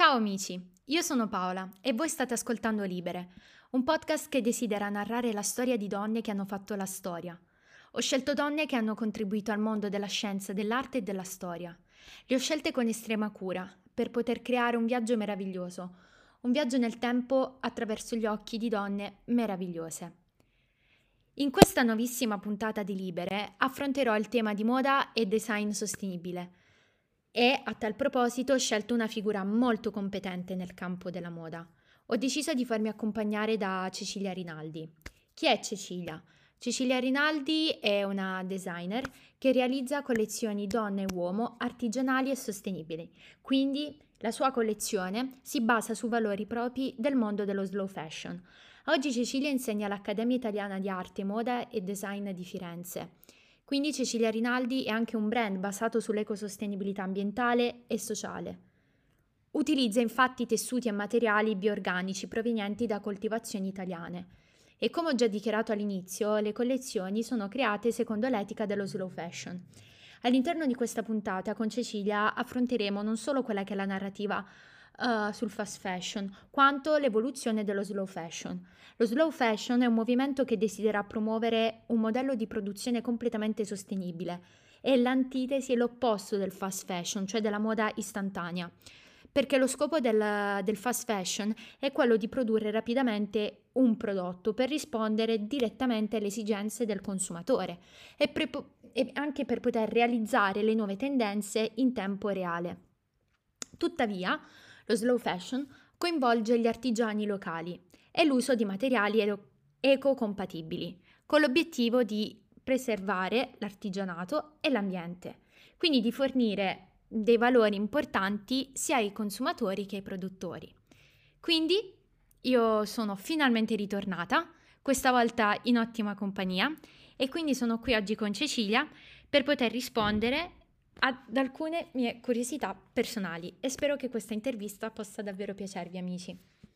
Ciao amici, io sono Paola e voi state ascoltando Libere, un podcast che desidera narrare la storia di donne che hanno fatto la storia. Ho scelto donne che hanno contribuito al mondo della scienza, dell'arte e della storia. Le ho scelte con estrema cura per poter creare un viaggio meraviglioso, un viaggio nel tempo attraverso gli occhi di donne meravigliose. In questa nuovissima puntata di Libere affronterò il tema di moda e design sostenibile e a tal proposito ho scelto una figura molto competente nel campo della moda. Ho deciso di farmi accompagnare da Cecilia Rinaldi. Chi è Cecilia? Cecilia Rinaldi è una designer che realizza collezioni donna e uomo artigianali e sostenibili, quindi la sua collezione si basa su valori propri del mondo dello slow fashion. Oggi Cecilia insegna all'Accademia Italiana di Arte, Moda e Design di Firenze. Quindi Cecilia Rinaldi è anche un brand basato sull'ecosostenibilità ambientale e sociale. Utilizza infatti tessuti e materiali bioorganici provenienti da coltivazioni italiane. E come ho già dichiarato all'inizio, le collezioni sono create secondo l'etica dello slow fashion. All'interno di questa puntata con Cecilia affronteremo non solo quella che è la narrativa sul fast fashion, quanto l'evoluzione dello slow fashion. Lo slow fashion è un movimento che desidera promuovere un modello di produzione completamente sostenibile. È l'antitesi e l'opposto del fast fashion, cioè della moda istantanea. Perché lo scopo del fast fashion è quello di produrre rapidamente un prodotto per rispondere direttamente alle esigenze del consumatore e anche per poter realizzare le nuove tendenze in tempo reale. Tuttavia, lo slow fashion coinvolge gli artigiani locali e l'uso di materiali ecocompatibili, con l'obiettivo di preservare l'artigianato e l'ambiente, quindi di fornire dei valori importanti sia ai consumatori che ai produttori. Quindi io sono finalmente ritornata, questa volta in ottima compagnia, e quindi sono qui oggi con Cecilia per poter rispondere ad alcune mie curiosità personali e spero che questa intervista possa davvero piacervi, amici.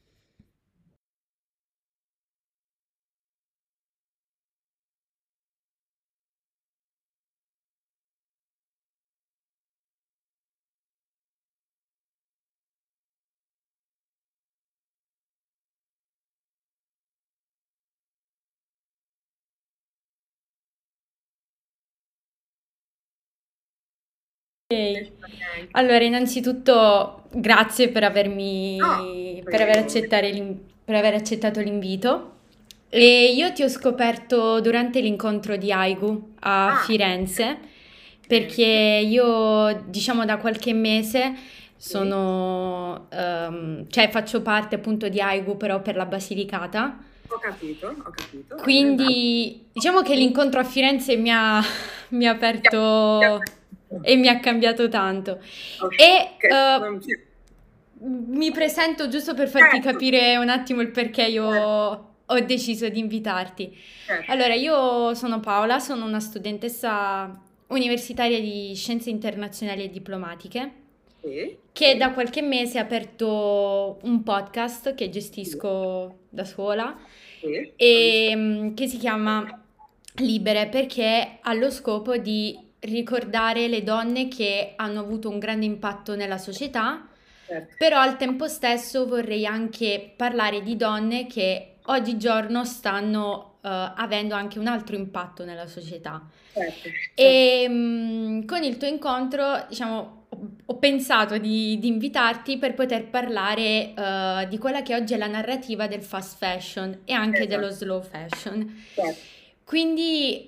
Ok. Allora, innanzitutto grazie per No, prego. per aver accettato l'invito. E io ti ho scoperto durante l'incontro di Aigu a Ah, Firenze, perché ok. io, diciamo, da qualche mese Sì, cioè faccio parte appunto di Aigu, però per la Basilicata. ho capito, bene, bravo. Quindi diciamo che Sì. l'incontro a Firenze mi ha Sì. aperto e mi ha cambiato tanto. Ok, E sì. mi presento giusto per farti Certo, capire un attimo il perché io certo, ho deciso di invitarti. certo. Allora, io sono Paola, sono una studentessa universitaria di Scienze Internazionali e Diplomatiche Sì, che da qualche mese ha aperto un podcast che sì, gestisco da sola sì, ho visto. e che si chiama Libere perché ha lo scopo di ricordare le donne che hanno avuto un grande impatto nella società, Certo, però al tempo stesso vorrei anche parlare di donne che oggigiorno stanno avendo anche un altro impatto nella società. certo, certo. E con il tuo incontro, diciamo, ho pensato di invitarti per poter parlare di quella che oggi è la narrativa del fast fashion e anche dello Esatto, slow fashion. certo, Quindi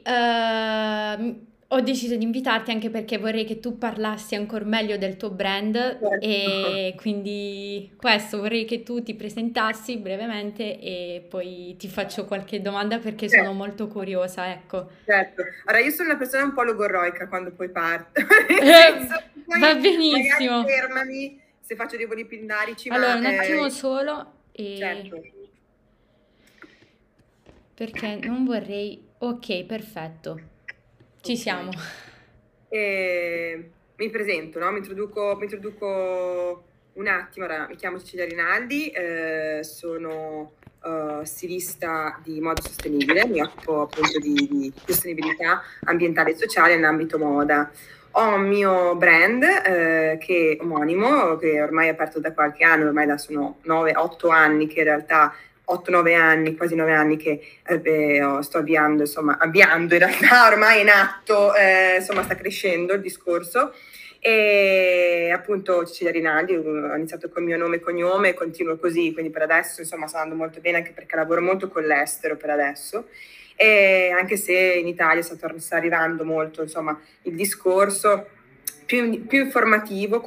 ho deciso di invitarti anche perché vorrei che tu parlassi ancora meglio del tuo brand certo. e quindi questo vorrei che tu ti presentassi brevemente e poi ti faccio qualche domanda perché sono Certo. molto curiosa, ecco. Certo, allora io sono una persona un po' logorroica quando poi parto, nel senso che Va poi magari benissimo. fermami se faccio dei voli pindarici, Allora, ma un attimo solo certo. perché non vorrei. Ok, perfetto. Ci Ok. siamo. Mi presento, no? Mi introduco un attimo. Allora, mi chiamo Cecilia Rinaldi, sono stilista di moda sostenibile, mi occupo appunto di sostenibilità ambientale e sociale in ambito moda. ho un mio brand che omonimo, che ormai è aperto da qualche anno, ormai da sono 9-8 anni, che in realtà 8-9 anni, quasi 9 anni che sto avviando in realtà ormai è in atto, insomma sta crescendo il discorso. E appunto Cecilia Rinaldi, ho iniziato con il mio nome e cognome, continuo così, quindi per adesso insomma sta andando molto bene, anche perché lavoro molto con l'estero per adesso, e anche se in Italia sta arrivando molto insomma il discorso più informativo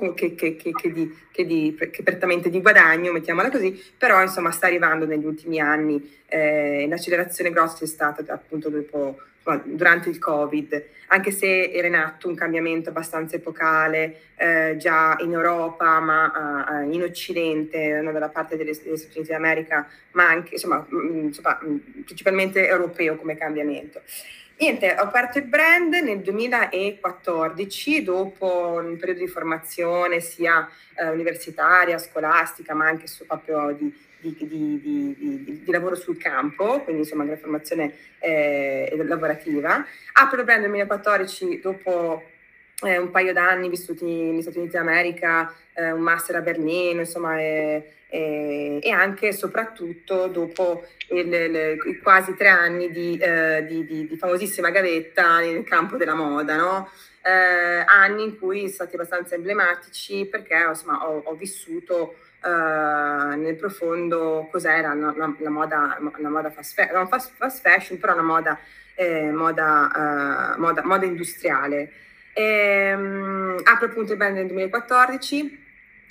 che prettamente di guadagno, mettiamola così, però insomma sta arrivando negli ultimi anni. L'accelerazione grossa è stata appunto durante il Covid, anche se era in atto un cambiamento abbastanza epocale già in Europa, ma in Occidente, non dalla parte degli Stati Uniti d'America, ma anche insomma, principalmente europeo come cambiamento. Niente, ho aperto il brand nel 2014, dopo un periodo di formazione sia universitaria, scolastica, ma anche proprio di lavoro sul campo, quindi insomma una formazione lavorativa. Apro il brand nel 2014 dopo un paio d'anni vissuti negli Stati Uniti d'America, un master a Berlino, insomma, e anche e soprattutto dopo i quasi 3 anni di famosissima gavetta nel campo della moda, no? Anni in cui sono stati abbastanza emblematici perché insomma, ho vissuto nel profondo cos'era la moda fast fashion, però una moda industriale. Apro appunto il brand nel 2014.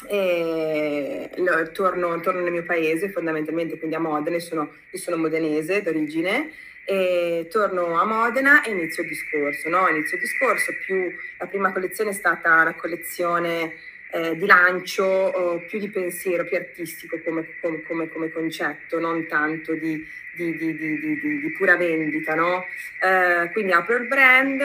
Torno nel mio paese fondamentalmente, quindi a Modena. Io sono modenese d'origine, e torno a Modena e inizio il discorso, no? La prima collezione è stata una collezione di lancio, più di pensiero, più artistico come concetto, non tanto di pura vendita, no? Quindi apro il brand.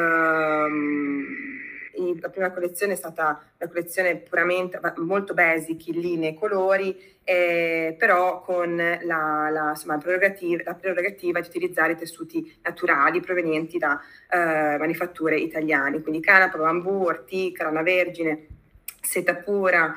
La prima collezione è stata una collezione puramente molto basic, in linee e colori, però con la prerogativa di utilizzare tessuti naturali provenienti da manifatture italiane, quindi canapa, bambù, ortica, lana vergine, seta pura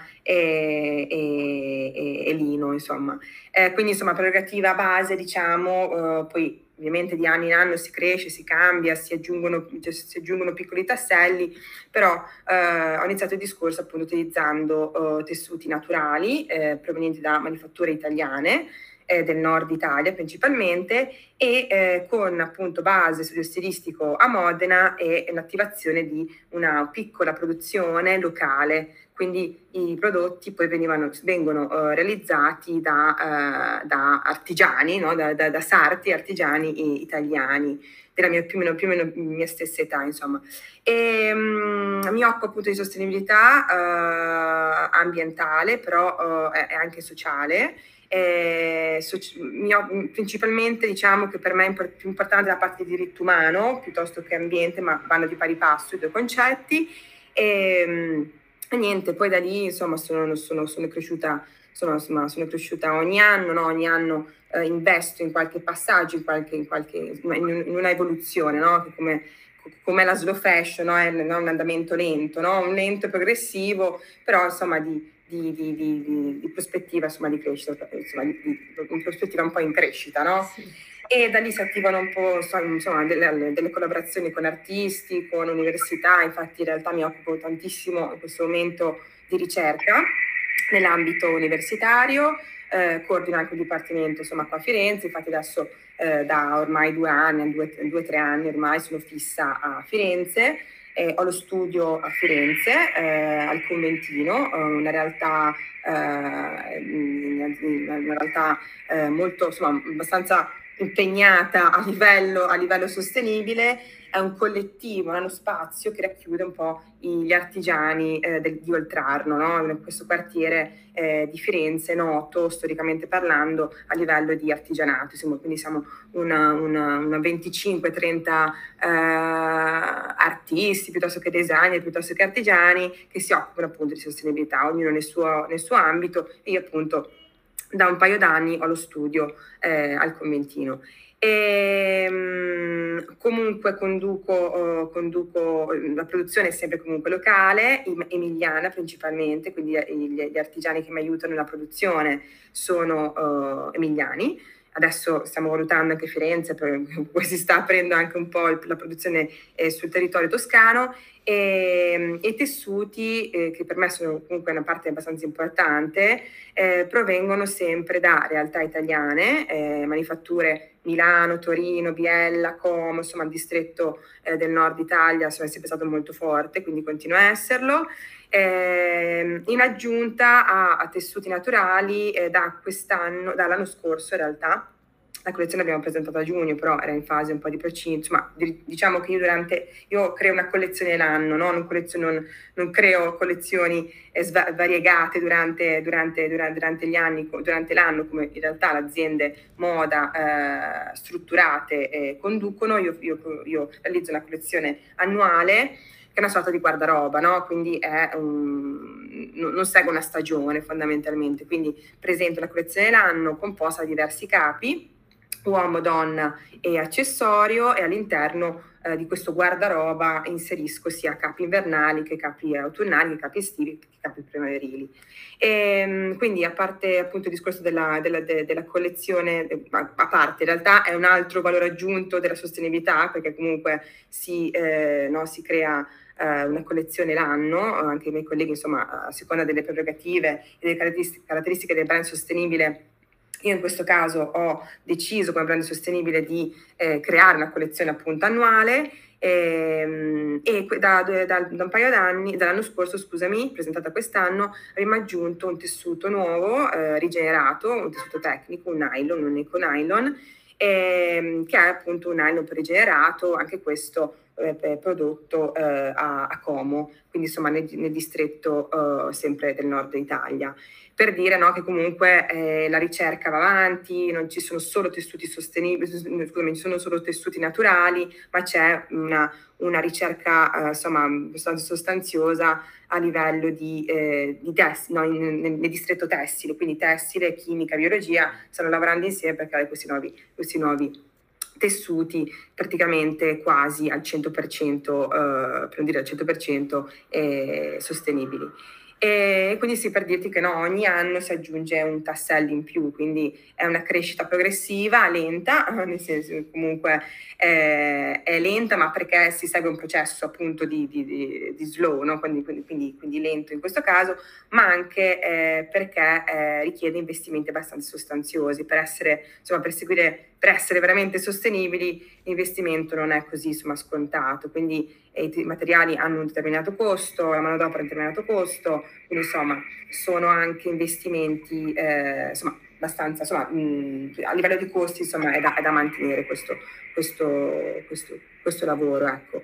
e lino, insomma. Quindi insomma prerogativa base, diciamo, poi ovviamente di anno in anno si cresce, si cambia, si aggiungono piccoli tasselli, però ho iniziato il discorso appunto utilizzando tessuti naturali provenienti da manifatture italiane, del nord Italia principalmente, e con appunto base studio stilistico a Modena e l'attivazione di una piccola produzione locale. Quindi i prodotti poi vengono realizzati da artigiani, no? da sarti artigiani italiani della più o meno mia stessa età, insomma. Mi occupo appunto di sostenibilità ambientale, però è anche sociale. Principalmente diciamo che per me è più importante la parte di diritto umano piuttosto che ambiente, ma vanno di pari passo i due concetti. E niente, poi da lì insomma sono cresciuta, sono cresciuta ogni anno, no? Ogni anno investo in qualche passaggio, in una evoluzione, no? Come la slow fashion, no? È un andamento lento, no? Un lento progressivo, però insomma di prospettiva, insomma, di crescita, insomma, di prospettiva un po' in crescita, no? Sì. E da lì si attivano un po' insomma, delle collaborazioni con artisti, con università. Infatti in realtà mi occupo tantissimo in questo momento di ricerca nell'ambito universitario, coordino anche il dipartimento insomma qua a Firenze. Infatti adesso da ormai 2 anni, 2-3 anni ormai sono fissa a Firenze. Ho lo studio a Firenze, al Conventino, una realtà molto, insomma, abbastanza impegnata a livello sostenibile. È un collettivo, è uno spazio che racchiude un po' gli artigiani di Oltrarno, no? In questo quartiere di Firenze noto storicamente parlando a livello di artigianato. Quindi siamo una 25-30 artisti, piuttosto che designer, piuttosto che artigiani, che si occupano appunto di sostenibilità, ognuno nel suo ambito, e io appunto da un paio d'anni ho lo studio al Conventino. Comunque conduco la produzione è sempre comunque locale, emiliana principalmente, quindi gli artigiani che mi aiutano nella produzione sono emiliani. Adesso stiamo valutando anche Firenze, poi si sta aprendo anche un po' la produzione sul territorio toscano, e i tessuti, che per me sono comunque una parte abbastanza importante, provengono sempre da realtà italiane, manifatture Milano, Torino, Biella, Como, insomma il distretto del nord Italia è sempre stato molto forte, quindi continua a esserlo. In aggiunta a tessuti naturali, dall'anno scorso in realtà, la collezione l'abbiamo presentata a giugno, però era in fase un po' di procinto, insomma diciamo che io creo una collezione l'anno, no? Non creo collezioni variegate durante gli anni, durante l'anno, come in realtà le aziende moda strutturate conducono. Io realizzo una collezione annuale che è una sorta di guardaroba, no? Quindi non segue una stagione fondamentalmente, quindi presento la collezione l'anno composta da diversi capi, uomo, donna e accessorio, e all'interno di questo guardaroba inserisco sia capi invernali che capi autunnali, che capi estivi, che capi primaverili. Quindi, a parte appunto il discorso della collezione, a parte in realtà è un altro valore aggiunto della sostenibilità, perché comunque si crea una collezione l'anno, anche i miei colleghi, insomma, a seconda delle prerogative e delle caratteristiche del brand sostenibile. Io in questo caso ho deciso come brand sostenibile di creare una collezione appunto annuale, e da un paio d'anni, dall'anno scorso, scusami, presentata quest'anno, abbiamo aggiunto un tessuto nuovo, rigenerato, un tessuto tecnico, un nylon, un eco nylon, che è appunto un nylon rigenerato, anche questo prodotto a Como, quindi insomma nel distretto sempre del nord Italia. Per dire, no, che comunque la ricerca va avanti, non ci sono solo tessuti sostenibili, scusami, ci sono solo tessuti naturali, ma c'è una ricerca insomma sostanziosa a livello di tessile, no, nel distretto tessile, quindi tessile, chimica, biologia stanno lavorando insieme per creare questi nuovi tessuti praticamente quasi al 100%, per non dire al 100%, sostenibili. E quindi sì, per dirti che no, ogni anno si aggiunge un tassello in più, quindi è una crescita progressiva, lenta, nel senso che comunque è lenta, ma perché si segue un processo appunto di slow, no? Quindi lento in questo caso, ma anche perché richiede investimenti abbastanza sostanziosi per essere veramente sostenibili. L'investimento non è così insomma scontato, quindi i materiali hanno un determinato costo, la manodopera ha un determinato costo, quindi insomma sono anche investimenti insomma abbastanza, insomma a livello di costi insomma è da mantenere questo lavoro, ecco.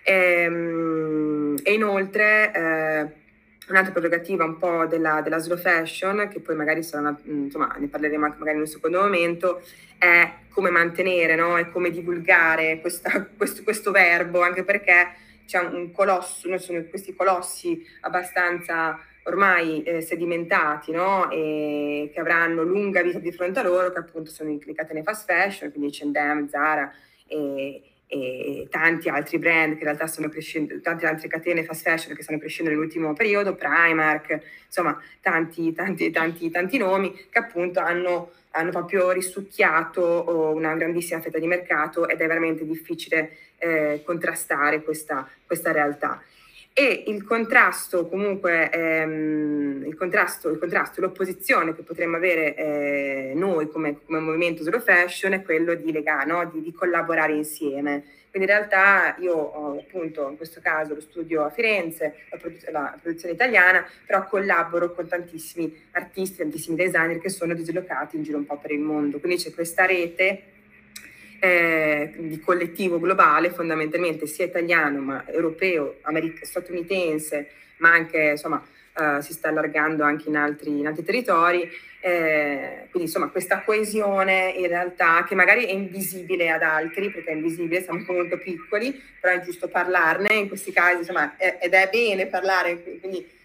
E inoltre un'altra prerogativa un po' della slow fashion, che poi magari insomma ne parleremo anche magari in un secondo momento, è come mantenere, no? E come divulgare questo verbo, anche perché c'è un colosso, no? Sono questi colossi abbastanza ormai sedimentati, no? E che avranno lunga vita di fronte a loro, che appunto sono le catene fast fashion, quindi H&M, Zara e tanti altri brand che in realtà stanno crescendo, tante altre catene fast fashion che stanno crescendo nell'ultimo periodo, Primark, insomma tanti nomi che appunto hanno proprio risucchiato una grandissima fetta di mercato, ed è veramente difficile contrastare questa realtà. E il contrasto, comunque, l'opposizione che potremmo avere noi come movimento slow fashion è quello di collaborare insieme. Quindi in realtà io ho appunto in questo caso lo studio a Firenze, la produzione italiana, però collaboro con tantissimi artisti, tantissimi designer che sono dislocati in giro un po' per il mondo. Quindi c'è questa rete di collettivo globale, fondamentalmente sia italiano ma europeo, statunitense, ma anche insomma si sta allargando anche in altri territori, quindi insomma questa coesione in realtà che magari è invisibile ad altri, perché è invisibile, siamo molto piccoli, però è giusto parlarne in questi casi, insomma, ed è bene parlare, quindi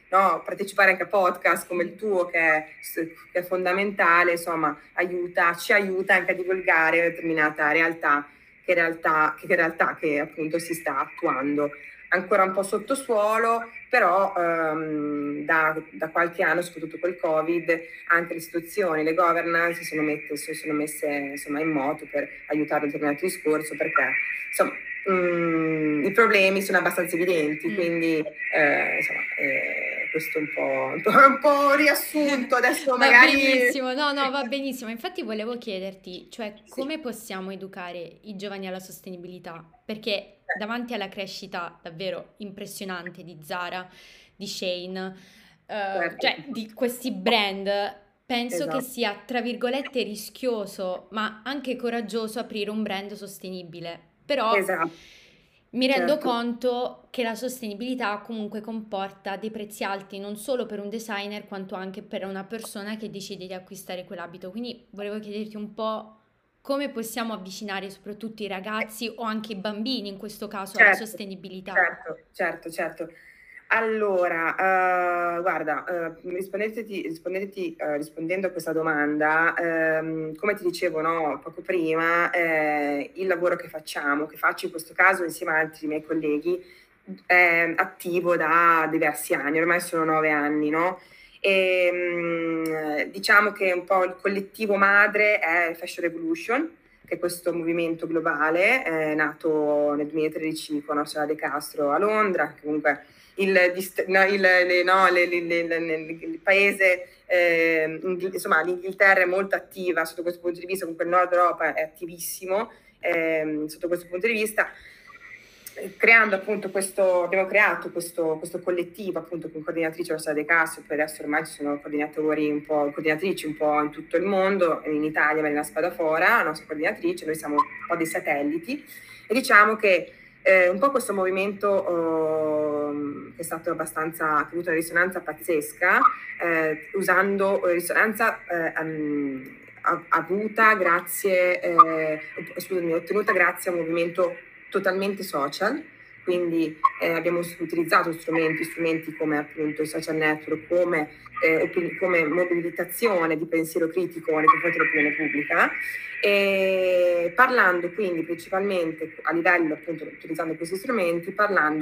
no, partecipare anche a podcast come il tuo che è fondamentale, insomma, ci aiuta anche a divulgare determinata realtà che appunto si sta attuando. Ancora un po' sottosuolo, però da qualche anno, soprattutto col Covid, anche le istituzioni, le governance si sono messe insomma, in moto per aiutare un determinato discorso, perché insomma, i problemi sono abbastanza evidenti, quindi insomma, questo è un po' riassunto, adesso Va magari... benissimo, no, va benissimo. Infatti volevo chiederti, cioè, come possiamo educare i giovani alla sostenibilità? Perché davanti alla crescita davvero impressionante di Zara, di Shein, Certo. cioè di questi brand, penso che Esatto. sia, tra virgolette, rischioso, ma anche coraggioso aprire un brand sostenibile. Però Esatto, mi rendo certo. conto che la sostenibilità comunque comporta dei prezzi alti non solo per un designer, quanto anche per una persona che decide di acquistare quell'abito. Quindi volevo chiederti un po' come possiamo avvicinare soprattutto i ragazzi o anche i bambini in questo caso alla Certo, sostenibilità. certo. Allora, guarda, rispondendo a questa domanda, come ti dicevo, no, poco prima, il lavoro che faccio in questo caso insieme ad altri miei colleghi, è attivo da diversi anni, ormai sono 9 anni, no? E, diciamo che un po' il collettivo madre è Fashion Revolution, che è questo movimento globale, nato nel 2013 con Orsola De Castro a Londra, che comunque il paese, insomma l'Inghilterra è molto attiva sotto questo punto di vista, comunque il Nord Europa è attivissimo sotto questo punto di vista. Abbiamo creato questo collettivo appunto con coordinatrice Orsola De Castro, poi adesso ormai ci sono coordinatrici un po' in tutto il mondo, in Italia Marina Spadafora, la nostra coordinatrice, noi siamo un po' dei satelliti e diciamo che un po' questo movimento che è stato che ha avuto una risonanza pazzesca, usando risonanza ottenuta grazie a un movimento totalmente social, quindi abbiamo utilizzato strumenti come appunto i social network come mobilitazione di pensiero critico nei confronti dell'opinione pubblica, e parlando quindi principalmente a livello appunto utilizzando questi strumenti,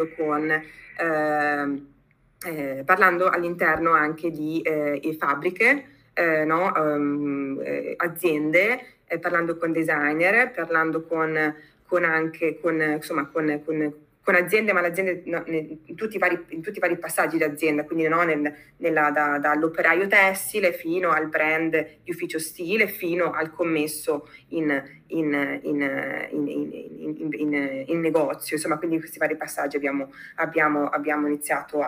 parlando all'interno anche di fabbriche, no? Aziende, parlando con designer, parlando insomma, con aziende, ma l'azienda no, in tutti i vari passaggi d'azienda, quindi no, dall'operaio tessile fino al brand di ufficio stile, fino al commesso in negozio, insomma, quindi questi vari passaggi abbiamo iniziato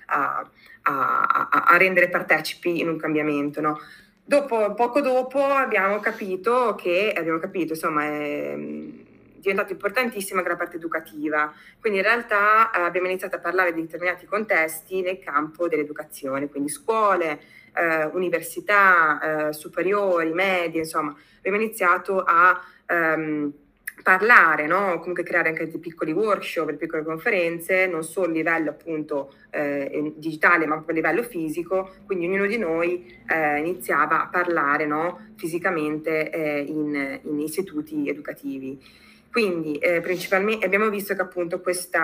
a rendere partecipi in un cambiamento, no? Poco dopo abbiamo capito, insomma, è diventata importantissima anche la parte educativa. Quindi in realtà abbiamo iniziato a parlare di determinati contesti nel campo dell'educazione, quindi scuole, università, superiori, medie, insomma, abbiamo iniziato a parlare, no? Comunque creare anche dei piccoli workshop, delle piccole conferenze, non solo a livello appunto digitale, ma proprio a livello fisico, quindi ognuno di noi iniziava a parlare, no? Fisicamente in istituti educativi. Quindi principalmente abbiamo visto che appunto questo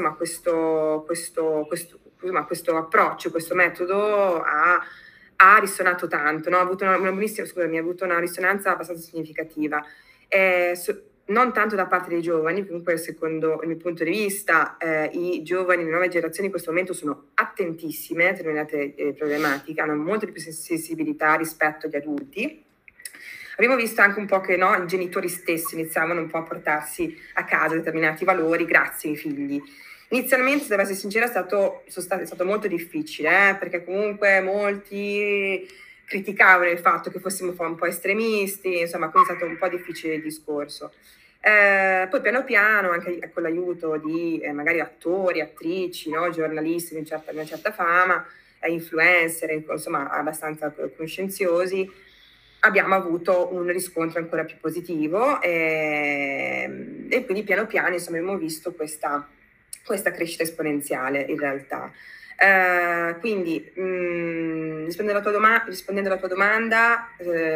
approccio, questo metodo ha risuonato tanto, no? Ha avuto ha avuto una risonanza abbastanza significativa. Non tanto da parte dei giovani, comunque secondo il mio punto di vista i giovani, le nuove generazioni in questo momento sono attentissime a determinate problematiche, hanno molto più sensibilità rispetto agli adulti. Abbiamo visto anche un po' che no, i genitori stessi iniziavano un po' a portarsi a casa determinati valori grazie ai figli. Inizialmente, se devo essere sincera, è stato molto difficile, perché comunque molti criticavano il fatto che fossimo un po' estremisti, insomma, quindi è stato un po' difficile il discorso. Poi piano piano, anche con l'aiuto di magari attori, attrici, no, giornalisti di una certa fama, influencer, insomma, abbastanza coscienziosi, abbiamo avuto un riscontro ancora più positivo e quindi piano piano insomma, abbiamo visto questa crescita esponenziale in realtà. Quindi, rispondendo alla tua domanda,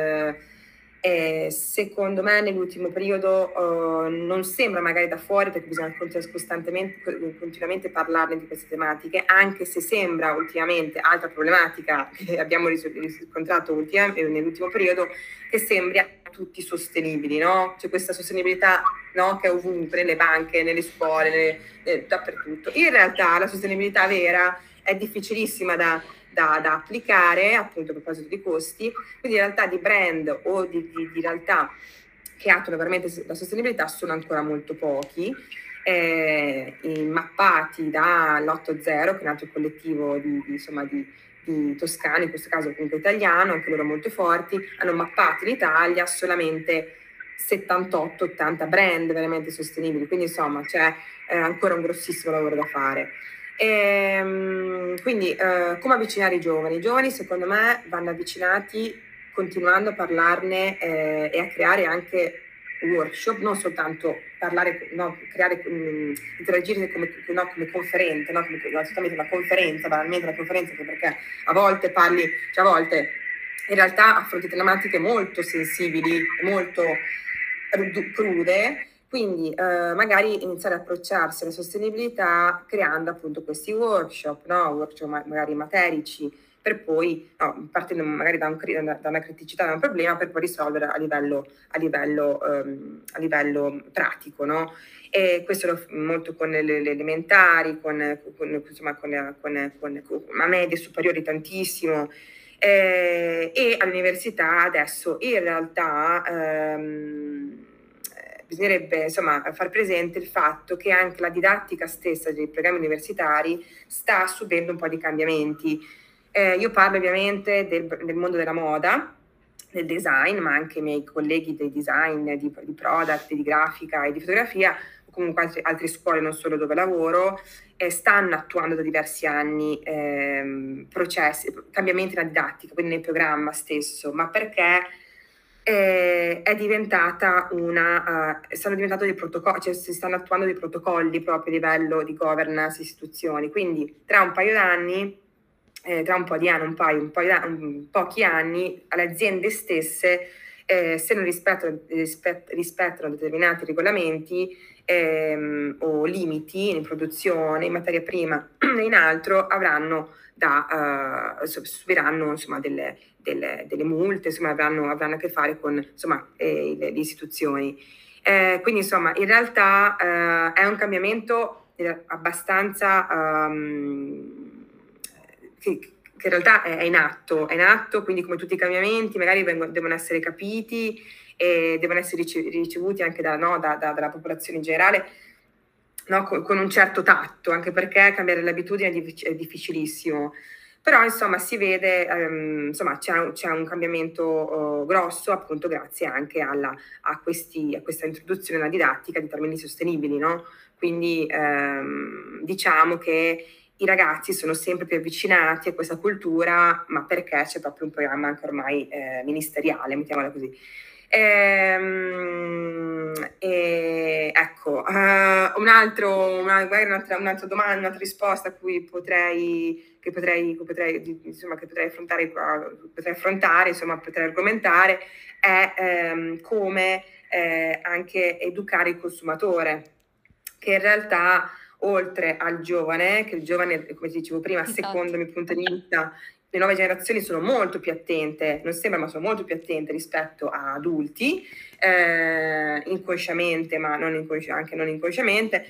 secondo me nell'ultimo periodo non sembra magari da fuori, perché bisogna continuamente parlarne di queste tematiche, anche se sembra ultimamente, altra problematica che abbiamo riscontrato nell'ultimo periodo, che sembra tutti sostenibili, no? C'è questa sostenibilità, no, che è ovunque, nelle banche, nelle scuole, dappertutto. In realtà la sostenibilità vera è difficilissima da applicare, appunto a proposito di costi, quindi in realtà di brand o di realtà che attuano veramente la sostenibilità sono ancora molto pochi, mappati dall'8-0, che è un altro collettivo di toscani, in questo caso comunque italiano, anche loro molto forti, hanno mappato in Italia solamente 78-80 brand veramente sostenibili, quindi insomma c'è ancora un grossissimo lavoro da fare. Quindi come avvicinare i giovani? I giovani secondo me vanno avvicinati continuando a parlarne e a creare anche workshop, non soltanto parlare, no, creare, interagire come conferente, no, come assolutamente una conferenza, banalmente una conferenza, perché a volte parli, cioè a volte in realtà affronti tematiche molto sensibili, molto crude, quindi magari iniziare a approcciarsi alla sostenibilità creando appunto questi workshop, no? Workshop magari materici, per poi, partendo magari da una criticità, da un problema, per poi risolvere a livello pratico, no? E questo lo molto con le elementari, con a medie superiori tantissimo, e all'università adesso in realtà bisognerebbe insomma far presente il fatto che anche la didattica stessa dei programmi universitari sta subendo un po' di cambiamenti. Io parlo ovviamente del mondo della moda, del design, ma anche i miei colleghi dei design, di product, di grafica e di fotografia, o comunque altre scuole, non solo dove lavoro, stanno attuando da diversi anni cambiamenti nella didattica, quindi nel programma stesso, ma perché è diventata stanno diventando dei protocolli, cioè si stanno attuando dei protocolli proprio a livello di governance istituzioni, quindi tra un paio d'anni, tra un po' di anni, pochi anni, alle aziende stesse, se non rispettano determinati regolamenti o limiti in produzione, in materia prima e in altro, subiranno insomma delle multe, insomma avranno a che fare con insomma le istituzioni. Quindi insomma in realtà è un cambiamento abbastanza che in realtà è in atto, quindi come tutti i cambiamenti magari devono essere capiti e devono essere ricevuti anche dalla popolazione in generale, no, con un certo tatto, anche perché cambiare le abitudini è difficilissimo. Però insomma si vede, insomma c'è un cambiamento grosso appunto grazie anche a questa introduzione alla didattica di termini sostenibili, no? Quindi diciamo che i ragazzi sono sempre più avvicinati a questa cultura, ma perché c'è proprio un programma anche ormai ministeriale, mettiamola così. Ecco, un'altra domanda, un'altra risposta a cui potrei affrontare, insomma, potrei argomentare, è come anche educare il consumatore, che in realtà oltre al giovane, che il giovane, come ti dicevo prima, Esatto. Secondo il mio punto di vista, le nuove generazioni sono molto più attente, non sembra, ma sono molto più attente rispetto a adulti, inconsciamente, ma anche non inconsciamente.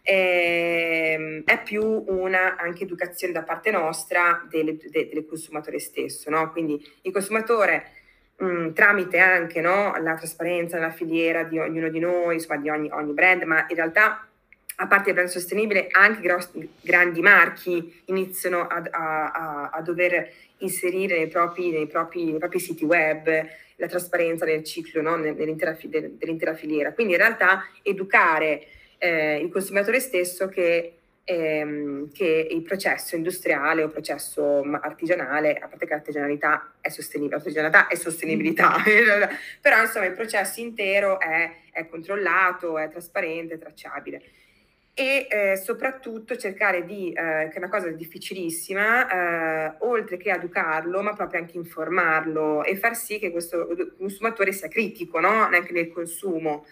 È più una anche educazione da parte nostra del consumatore stesso, no? Quindi il consumatore tramite anche, no, la trasparenza nella filiera di ognuno di noi, insomma di ogni brand, ma in realtà a parte il brand sostenibile anche grandi marchi iniziano a dover inserire nei propri siti web la trasparenza nel ciclo, no, dell'intera filiera. Quindi in realtà educare il consumatore stesso che il processo industriale o processo artigianale, a parte che l'artigianalità è sostenibile, l'artigianalità è sostenibilità, però insomma il processo intero è controllato, è trasparente, è tracciabile. e soprattutto cercare di, che è una cosa difficilissima, oltre che educarlo, ma proprio anche informarlo e far sì che questo consumatore sia critico, no? Anche nel consumo.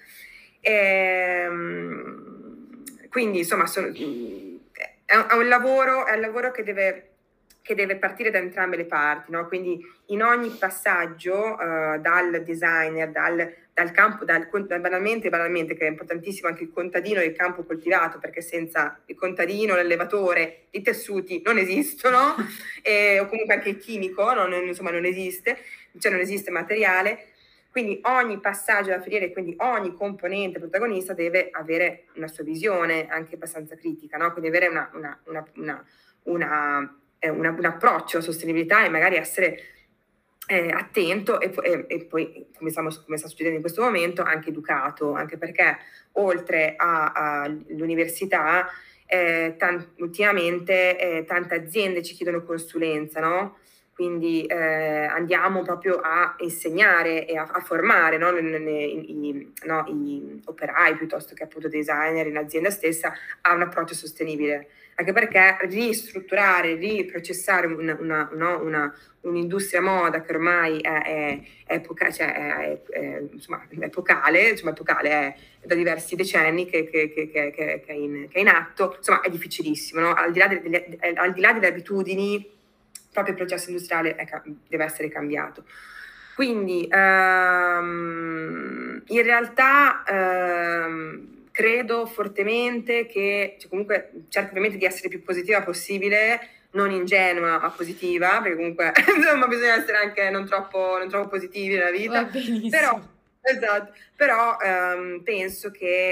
Quindi insomma è un lavoro che deve partire da entrambe le parti, no? Quindi in ogni passaggio, dal designer, dal campo, banalmente, che è importantissimo anche il contadino e il campo coltivato, perché senza il contadino, l'allevatore, i tessuti non esistono, o comunque anche il chimico, insomma non esiste, cioè non esiste materiale. Quindi ogni passaggio della filiera e quindi ogni componente protagonista deve avere una sua visione anche abbastanza critica, no? Quindi avere un approccio alla sostenibilità e magari essere attento e poi, come sta succedendo in questo momento, anche educato, anche perché oltre all'università, ultimamente tante aziende ci chiedono consulenza, no? Quindi andiamo proprio a insegnare e a formare, no? I operai piuttosto che appunto designer in azienda stessa a un approccio sostenibile, anche perché ristrutturare, riprocessare un'industria moda che ormai è epocale, è da diversi decenni che è in atto, insomma è difficilissimo, no? Al di là delle abitudini, proprio il processo industriale deve essere cambiato. Quindi in realtà credo fortemente che, cioè, comunque cerco ovviamente di essere più positiva possibile, non ingenua ma positiva, perché comunque insomma bisogna essere anche non troppo positivi nella vita. Va benissimo. Però penso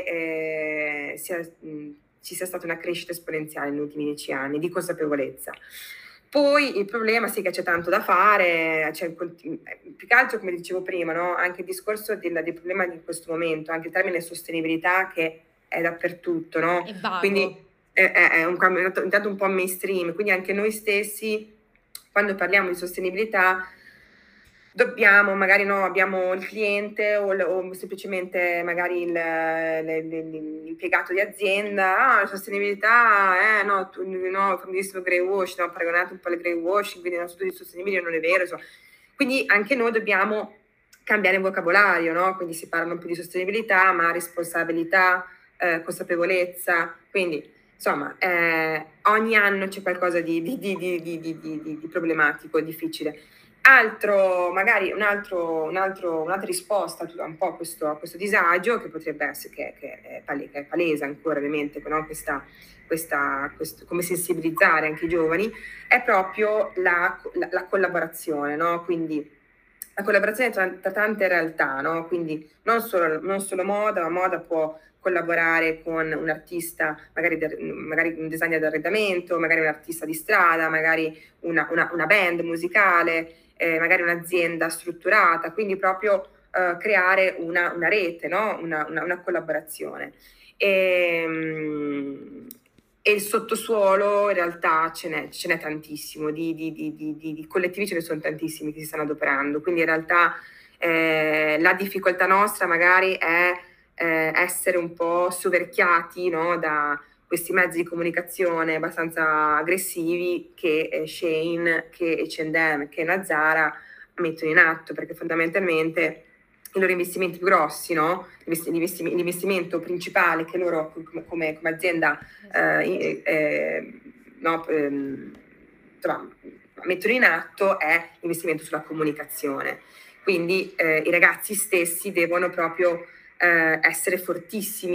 che ci sia stata una crescita esponenziale negli ultimi 10 anni di consapevolezza. Poi il problema sì che c'è tanto da fare, più che altro come dicevo prima, no? Anche il discorso del problema di questo momento, anche il termine sostenibilità che è dappertutto, no? È vago. Quindi è intanto un po' mainstream, quindi anche noi stessi quando parliamo di sostenibilità dobbiamo, magari no, abbiamo il cliente o semplicemente magari l'impiegato di azienda, la sostenibilità, no, fammi visto greenwash, no, paragonato un po' al greenwashing, quindi tutto di sostenibile non è vero, insomma. Quindi anche noi dobbiamo cambiare il vocabolario, no? Quindi si parla non più di sostenibilità, ma responsabilità, consapevolezza, quindi insomma ogni anno c'è qualcosa di problematico, difficile. Magari un'altra risposta un po' a questo disagio, che potrebbe essere, che è palese ancora ovviamente, no? Questo, come sensibilizzare anche i giovani, è proprio la collaborazione, no? Quindi la collaborazione tra tante realtà, no? Quindi non solo moda, ma moda può collaborare con un artista, magari un designer d'arredamento, magari un artista di strada, magari una band musicale, magari un'azienda strutturata, quindi proprio creare una rete, no? una collaborazione. E il sottosuolo in realtà ce n'è tantissimo, di collettivi ce ne sono tantissimi che si stanno adoperando, quindi in realtà la difficoltà nostra magari è essere un po' soverchiati, no? Da questi mezzi di comunicazione abbastanza aggressivi che Shein, che H&M, che Nazara mettono in atto, perché fondamentalmente i loro investimenti più grossi, no? L'investimento principale che loro come azienda mettono in atto è l'investimento sulla comunicazione. Quindi i ragazzi stessi devono proprio essere fortissimi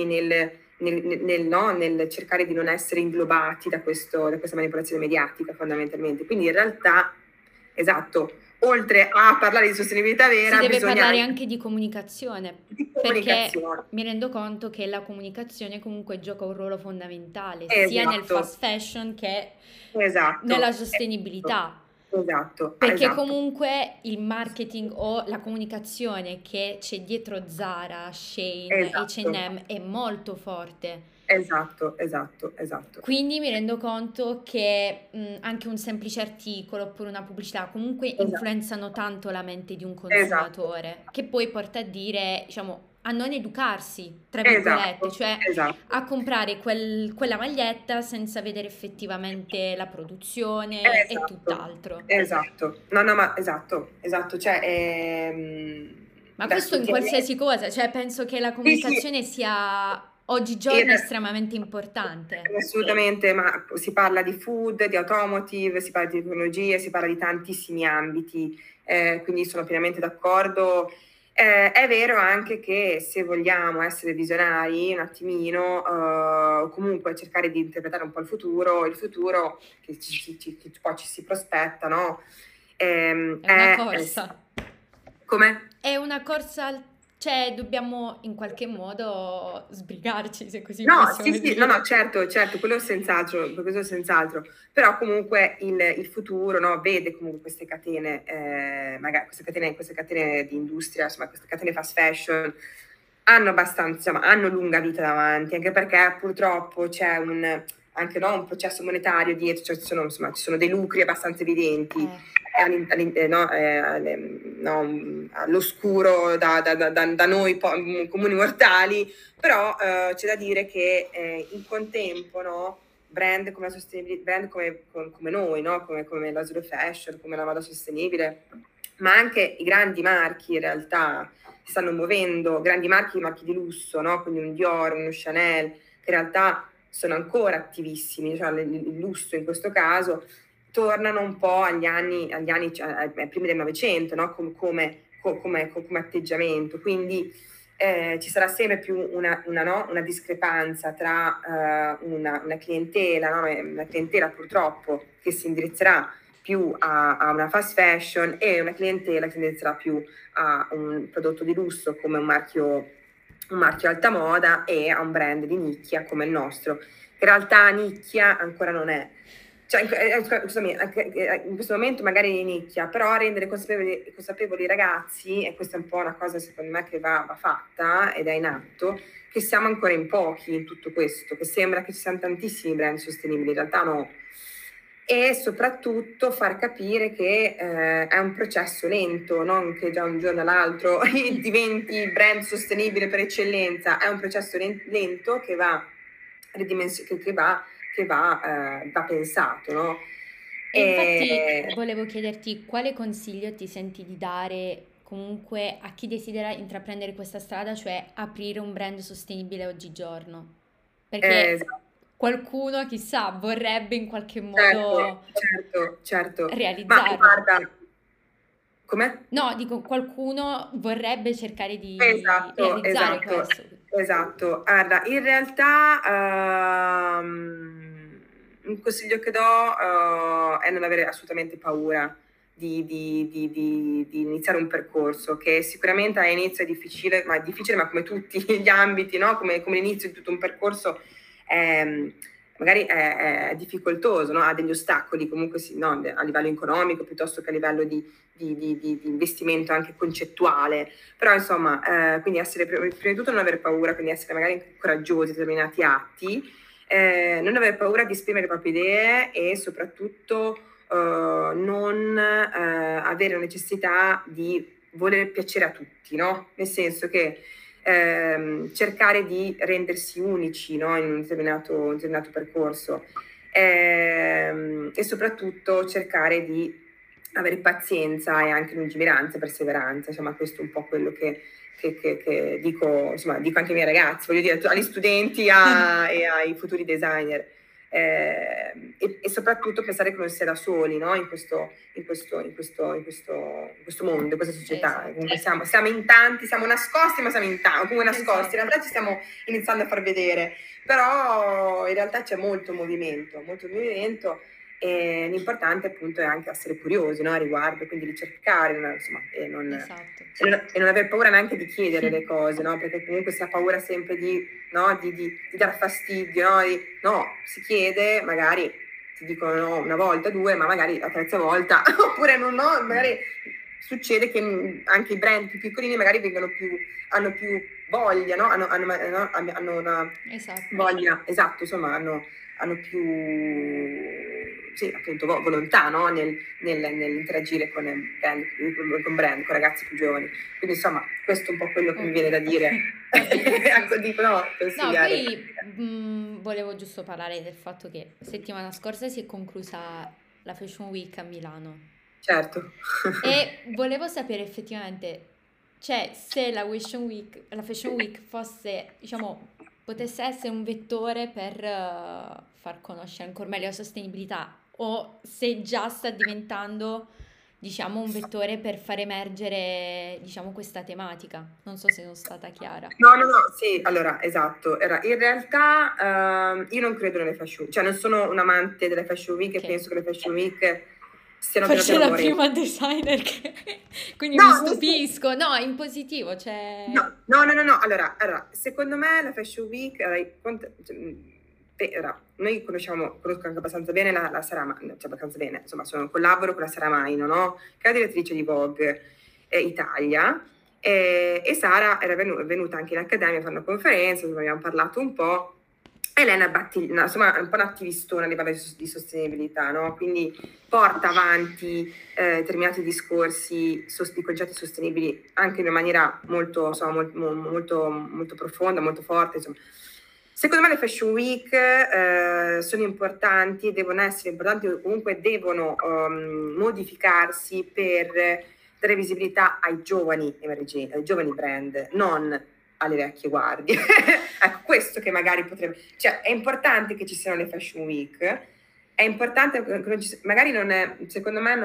nel cercare di non essere inglobati da questa manipolazione mediatica, fondamentalmente. Quindi in realtà, esatto, oltre a parlare di sostenibilità vera, si deve parlare anche di comunicazione, perché mi rendo conto che la comunicazione comunque gioca un ruolo fondamentale, sia nel fast fashion che nella sostenibilità. Esatto. Perché comunque il marketing o la comunicazione che c'è dietro Zara, Shein, H&M è molto forte. Esatto. Quindi mi rendo conto che anche un semplice articolo oppure una pubblicità comunque influenzano tanto la mente di un consumatore, che poi porta a dire, diciamo, a non educarsi, tra virgolette, Esatto, cioè esatto, a comprare quella maglietta senza vedere effettivamente la produzione e esatto, tutt'altro. esatto. No, no, ma esatto, esatto. Cioè, Ma questo in adesso qualsiasi cosa, cioè penso che la sì, sì, comunicazione sia e oggigiorno estremamente importante. assolutamente, ma si parla di food, di automotive, si parla di tecnologie, si parla di tantissimi ambiti, quindi sono pienamente d'accordo. È vero anche che se vogliamo essere visionari un attimino, o comunque cercare di interpretare un po' il futuro che poi ci si prospetta, no? È una È corsa. come? È una corsa, cioè dobbiamo in qualche modo sbrigarci, se così No, sì, possiamo sì, no, no, dire. certo, certo, quello senz'altro, però comunque il futuro, no, vede comunque queste catene, magari queste catene di industria, insomma, queste catene fast fashion, hanno abbastanza, insomma, hanno lunga vita davanti, anche perché purtroppo c'è anche no, un processo monetario dietro, cioè insomma, ci sono dei lucri abbastanza evidenti, Eh, no, all'oscuro da noi comuni mortali, però c'è da dire che in contempo, no, brand come la sostenibilità, brand come noi, no, come la slow fashion, come la moda sostenibile, ma anche i grandi marchi in realtà si stanno muovendo, marchi di lusso, no, quindi un Dior, uno Chanel, che in realtà sono ancora attivissimi, cioè il lusso in questo caso, tornano un po' cioè, ai primi del Novecento, no? Come atteggiamento. Quindi ci sarà sempre più no? Una discrepanza tra una clientela, no? Una clientela purtroppo che si indirizzerà più a una fast fashion e una clientela che si indirizzerà più a un prodotto di lusso come un marchio alta moda e a un brand di nicchia come il nostro. In realtà nicchia ancora non è. Cioè, scusami, in questo momento magari di nicchia, però rendere consapevoli i ragazzi, e questa è un po' una cosa secondo me che va fatta ed è in atto, che siamo ancora in pochi in tutto questo, che sembra che ci siano tantissimi brand sostenibili, in realtà no. E soprattutto far capire che è un processo lento, non che da un giorno all'altro diventi brand sostenibile per eccellenza, è un processo lento che va pensato, no? E infatti E, volevo chiederti quale consiglio ti senti di dare comunque a chi desidera intraprendere questa strada, cioè aprire un brand sostenibile oggigiorno. Perché esatto. qualcuno, chissà, vorrebbe in qualche Certo, modo certo, certo. Ma realizzarlo. guarda, com'è? No, dico, qualcuno vorrebbe cercare di Esatto, realizzare esatto, questo. esatto. Guarda, in realtà un consiglio che do è non avere assolutamente paura di iniziare un percorso che sicuramente all'inizio è difficile, ma come tutti gli ambiti, no? Come l'inizio di tutto un percorso è, magari è difficoltoso, no? Ha degli ostacoli comunque no? A livello economico piuttosto che a livello di investimento anche concettuale. Però insomma, quindi essere prima di tutto non avere paura, quindi essere magari coraggiosi in determinati atti, non avere paura di esprimere le proprie idee e soprattutto non avere necessità di voler piacere a tutti, no? Nel senso che cercare di rendersi unici, no? In un determinato percorso e soprattutto cercare di avere pazienza e anche lungimiranza, perseveranza, insomma questo è un po' quello che dico, insomma, dico anche ai miei ragazzi, voglio dire, agli studenti e ai futuri designer. E soprattutto pensare che non si è da soli, no? In questo mondo, in questa società. Esatto, Comunque siamo in tanti, siamo nascosti, ma siamo in tanti, come nascosti. In esatto. realtà ci stiamo iniziando a far vedere, però in realtà c'è molto movimento. E l'importante appunto è anche essere curiosi, no, a riguardo, quindi ricercare, no, insomma, Esatto. e non aver paura neanche di chiedere le cose, no? Perché comunque si ha paura sempre no? Di dar fastidio, no? No, si chiede, magari ti dicono no una volta, due, ma magari la terza volta, oppure non no, magari succede che anche i brand più piccolini magari hanno più voglia, no? Hanno una Esatto. voglia, esatto, insomma, hanno più sì, appunto, volontà, no? Nell'interagire con brand, con ragazzi più giovani. Quindi insomma, questo è un po' quello che mi viene da dire. Ecco, dico, no, No, consigliare. poi volevo giusto parlare del fatto che settimana scorsa si è conclusa la Fashion Week a Milano Certo. e volevo sapere effettivamente, cioè, se la Fashion Week fosse, diciamo, potesse essere un vettore per far conoscere ancora meglio la sostenibilità o se già sta diventando, diciamo, un vettore per far emergere, diciamo, questa tematica. Non so se sono stata chiara. No, no, no, sì, allora, esatto. In realtà io non credo nelle Fashion Week, cioè non sono un amante delle Fashion Week e Ok. penso che le Fashion Week stiano piano Forse è piano la morendo. prima designer che... Quindi mi No, nel senso- stupisco. No, in positivo, cioè... no. Allora, secondo me la Fashion Week, noi conosco anche abbastanza bene la Sarah, cioè abbastanza bene, insomma, collaboro con la Sara Maino, no? Che è la direttrice di Vogue Italia. E Sara era venuta anche in accademia a fare una conferenza, insomma, abbiamo parlato un po'. E lei insomma, è un po' un'attivistona a livello di sostenibilità, no? Quindi porta avanti determinati discorsi di concetti sostenibili anche in una maniera molto, insomma, molto profonda, molto forte. Insomma. Secondo me le Fashion Week sono importanti, devono essere importanti o comunque devono modificarsi per dare visibilità ai giovani emergenti, ai giovani brand, non alle vecchie guardie. Ecco, questo che magari potrebbe... Cioè, è importante che ci siano le Fashion Week, è importante che magari non è, secondo me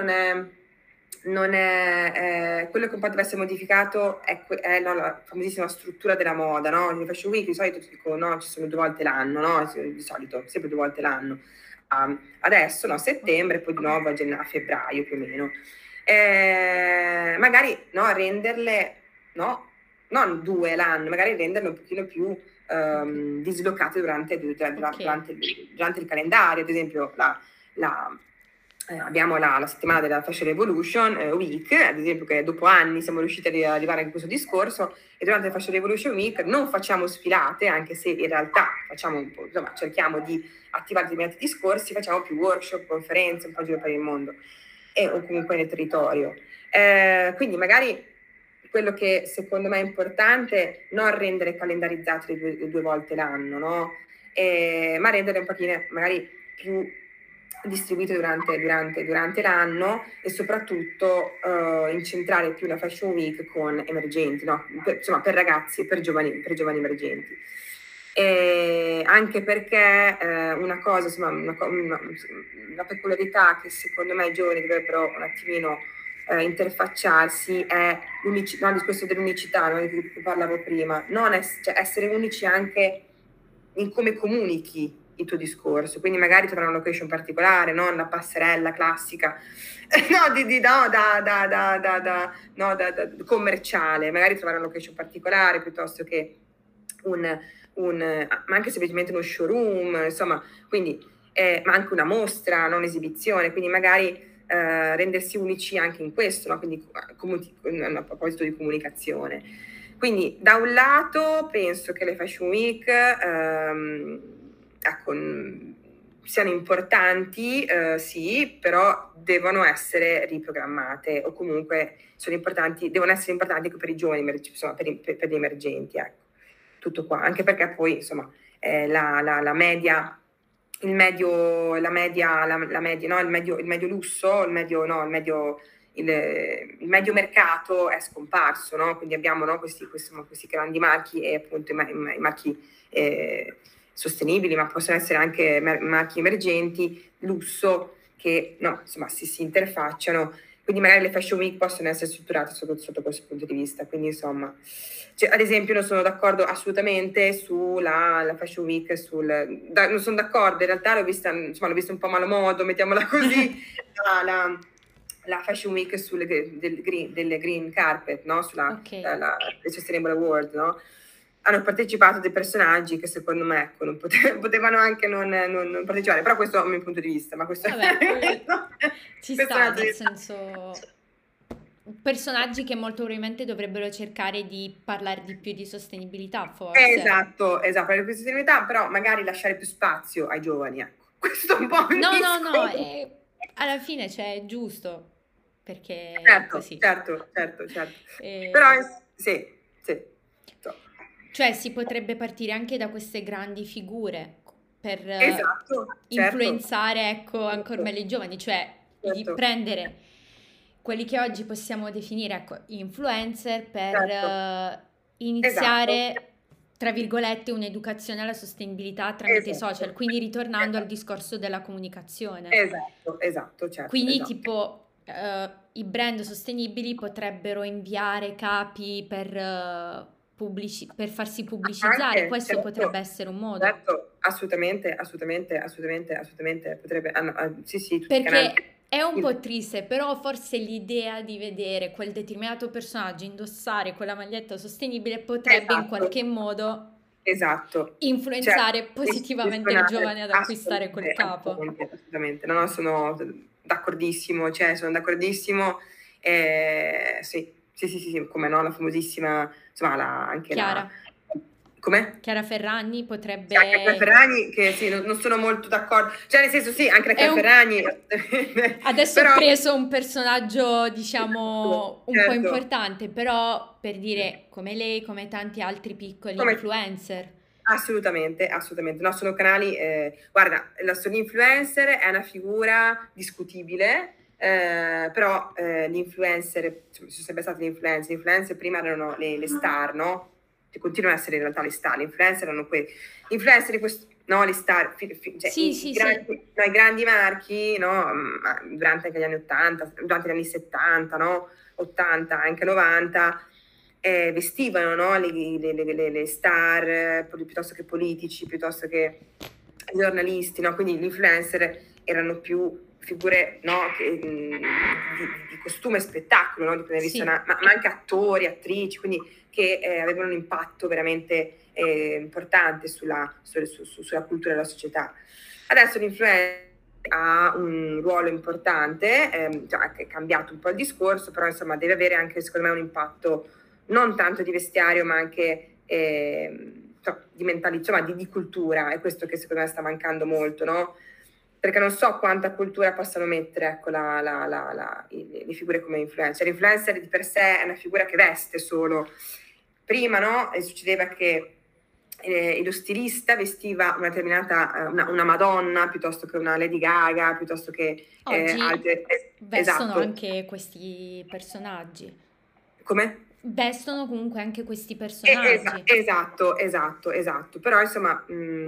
non è quello che un po' deve essere modificato è la famosissima struttura della moda, no? Le Fashion Week di solito ti dico, no, ci sono 2 volte l'anno, no? Di solito, sempre 2 volte l'anno. Adesso, no, settembre, poi di nuovo a febbraio più o meno. Magari, no, renderle, no, non 2 l'anno, magari renderle un pochino più dislocate durante il calendario. Ad esempio, abbiamo la settimana della Fashion Revolution Week, ad esempio, che dopo anni siamo riusciti ad arrivare in questo discorso, e durante la Fashion Revolution Week non facciamo sfilate, anche se in realtà facciamo un po', insomma, cerchiamo di attivare determinati discorsi, facciamo più workshop, conferenze, un po' giro per il mondo o comunque nel territorio. Quindi magari quello che secondo me è importante non rendere calendarizzate le 2 volte l'anno, no? Ma rendere un pochino magari più distribuite durante l'anno e soprattutto incentrare più la Fashion Week con emergenti, no? Insomma, per ragazzi e per giovani emergenti. Anche perché una cosa, insomma, una peculiarità che secondo me i giovani dovrebbero un attimino interfacciarsi è il discorso dell'unicità, no, di cui parlavo prima, cioè essere unici anche in come comunichi il tuo discorso, quindi magari trovare una location particolare, non la passerella classica, commerciale, magari trovare una location particolare piuttosto che ma anche semplicemente uno showroom, insomma, quindi ma anche una mostra, non un'esibizione, quindi magari rendersi unici anche in questo, no? Quindi a proposito di comunicazione. Quindi da un lato penso che le Fashion Week ecco, siano importanti, sì, però devono essere riprogrammate o comunque devono essere importanti anche per i giovani, insomma, per gli emergenti, ecco. Tutto qua, anche perché poi insomma la media, il medio lusso, il medio mercato è scomparso, no? Quindi abbiamo, no, questi grandi marchi e appunto i marchi sostenibili, ma possono essere anche marchi emergenti, lusso, che no, insomma si interfacciano. Quindi magari le Fashion Week possono essere strutturate sotto questo punto di vista. Quindi insomma, cioè, ad esempio non sono d'accordo assolutamente sulla Fashion Week, non sono d'accordo, in realtà l'ho vista un po' malo modo, mettiamola così, la Fashion Week delle green carpet, no? Le Sustainable Award, no? Hanno partecipato dei personaggi che secondo me ecco, non potevano anche non partecipare, però questo è il mio punto di vista, ma questo Vabbè, ci sta, nel è senso personaggi che molto probabilmente dovrebbero cercare di parlare di più di sostenibilità, forse. esatto, per la sostenibilità, però magari lasciare più spazio ai giovani, ecco. questo è un po' un No, no, no, discorso. alla fine c'è giusto, perché è Certo, così. certo, certo, certo. Però Eh, sì, sì. So. Cioè si potrebbe partire anche da queste grandi figure per Esatto, certo, influenzare, ecco, ancora certo, meglio i giovani, cioè certo, prendere quelli che oggi possiamo definire, ecco, influencer per certo. Esatto, iniziare, tra virgolette, un'educazione alla sostenibilità tramite i social, esatto, quindi ritornando al esatto, discorso della comunicazione. esatto, esatto, certo, Quindi esatto. tipo i brand sostenibili potrebbero inviare capi per, per farsi pubblicizzare, Anche, questo potrebbe certo, essere un modo. certo, assolutamente, assolutamente, assolutamente, assolutamente, potrebbe, sì, sì, tutti i canali. Perché è un po' triste, però forse l'idea di vedere quel determinato personaggio indossare quella maglietta sostenibile potrebbe in Esatto, qualche modo esatto, certo, influenzare di positivamente il suonare, giovane ad acquistare quel assolutamente, capo. assolutamente, assolutamente, no, no, sono d'accordissimo, cioè sono d'accordissimo, sì, sì, sì, sì, sì, come no, la famosissima, insomma, anche la, Chiara, come? Chiara Ferragni Sì, anche la Chiara potrebbe... Ferragni, che sì, non sono molto d'accordo, cioè nel senso sì, anche la È Chiara un... Ferragni, Adesso ho però, preso un personaggio, certo, diciamo, un po' certo. importante, però per dire come lei, come tanti altri piccoli Come influencer. assolutamente, assolutamente. No, sono canali, guarda, la storia influencer è una figura discutibile, però l'influencer, insomma, ci sono sempre state le influencer prima erano le star, no? Che continuano ad essere in realtà le star, le influencer erano quei, influencer di questo, no, le star, cioè Sì, sì, sì, i grandi marchi, no? Durante anche gli anni 80, durante gli anni 70, no? 80, anche 90, vestivano, no? Le star, piuttosto che politici, piuttosto che giornalisti, no? Quindi gli influencer erano più figure, no? Di costume e spettacolo, no? Di cui ne sì. ma anche attori, attrici, quindi che avevano un impatto veramente importante sulla cultura della società. Adesso l'influencer ha un ruolo importante, cioè, è cambiato un po' il discorso, però insomma deve avere anche secondo me un impatto non tanto di vestiario ma anche di mentalità, insomma di cultura, è questo che secondo me sta mancando molto, no? Perché non so quanta cultura possano mettere, ecco, le figure come influencer. L'influencer di per sé è una figura che veste solo. Prima, no? E succedeva che lo stilista vestiva una determinata, una Madonna piuttosto che una Lady Gaga, piuttosto che Oggi altre. vestono Esatto. anche questi personaggi. Come? Vestono comunque anche questi personaggi. Esatto, esatto, esatto. Però insomma,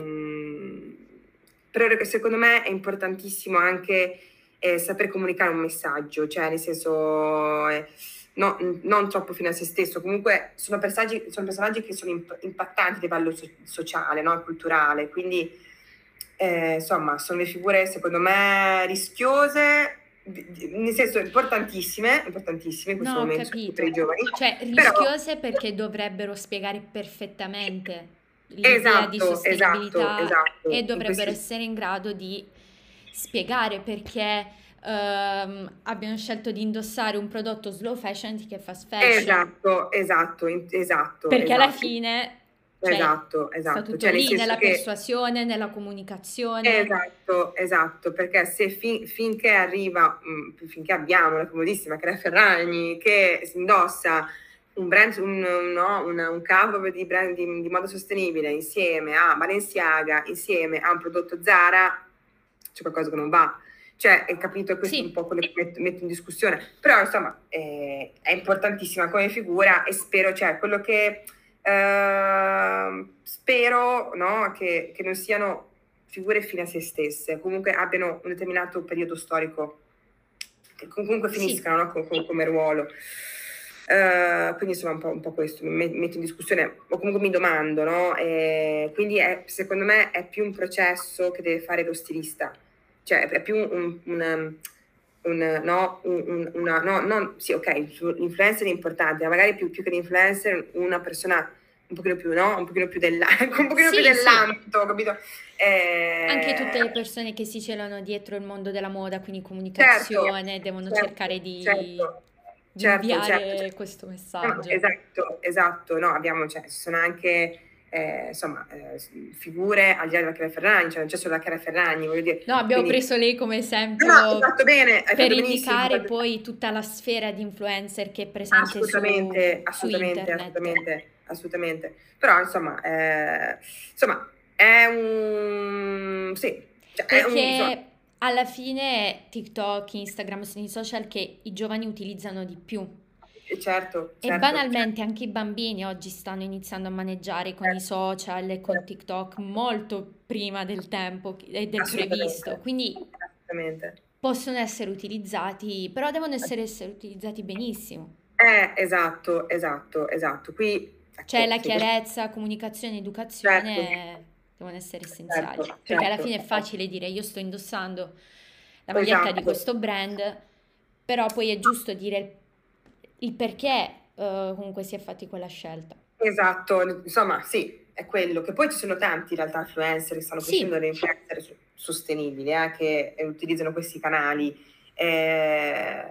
però secondo me è importantissimo anche saper comunicare un messaggio, cioè nel senso non troppo fine a se stesso. Comunque sono personaggi che sono impattanti a livello sociale, no? Culturale, quindi insomma sono le figure secondo me rischiose, nel senso importantissime in No, questo ho momento per i capito. giovani, Cioè, però rischiose perché dovrebbero spiegare perfettamente l'idea di esatto, esatto, sostenibilità e esatto, in dovrebbero questo essere in grado di spiegare perché abbiano scelto di indossare un prodotto slow fashion anziché fast fashion. esatto, esatto, esatto, Perché alla esatto, fine, cioè, esatto, sta esatto, tutto cioè nel lì, senso nella che persuasione, nella comunicazione. esatto, esatto, perché se finché arriva, finché abbiamo la comodissima Chiara Ferragni che si indossa un brand, no, un capo di brand di moda sostenibile insieme a Balenciaga, insieme a un prodotto Zara, c'è qualcosa che non va. Cioè, hai capito, questo è un Sì, po' quello che metto in discussione. Però, insomma, è importantissima come figura e spero, cioè, quello che spero, no, che non siano figure fine a se stesse, comunque abbiano un determinato periodo storico, che comunque sì. finiscano, no, come ruolo. Quindi insomma un po' questo mi metto in discussione o comunque mi domando, no? Quindi secondo me è più un processo che deve fare lo stilista, cioè è più no, sì, ok, l'influencer è importante, ma magari più che l'influencer una persona un pochino più, no? Un pochino più un pochino più Sì, sì. dell'ambito, capito? Anche tutte le persone che si celano dietro il mondo della moda, quindi Certo, comunicazione, devono cercare certo, certo, di certo, certo. inviare questo No, messaggio. esatto, esatto, no, abbiamo, cioè, ci sono anche insomma, figure al di là della Chiara Ferragni, cioè non c'è solo la Chiara Ferragni, voglio dire. No, abbiamo Quindi, preso lei come no, esempio hai fatto bene, hai per fatto benissimo. indicare poi tutta la sfera di influencer che è presente Assolutamente, su assolutamente, internet. assolutamente, assolutamente. Però, insomma, è un... Sì, cioè, è un... insomma, Perché alla fine TikTok, Instagram sono i social che i giovani utilizzano di più. certo, E certo, banalmente anche i bambini oggi stanno iniziando a maneggiare con i certo, social e con certo, TikTok molto prima del tempo e del previsto. assolutamente, Quindi assolutamente. possono essere utilizzati, però devono essere utilizzati benissimo. Esatto, esatto, esatto. Qui, Cioè ecco, la sì, chiarezza, comunicazione, certo, educazione devono essere essenziali. certo, Perché alla certo, fine è certo. facile dire io sto indossando la maglietta di Esatto. questo brand, però poi è giusto dire il perché comunque si è fatti quella scelta. Esatto, insomma, sì, è quello. Che poi ci sono tanti in realtà influencer che stanno crescendo, Sì, delle influencer sostenibili, che utilizzano questi canali. Eh,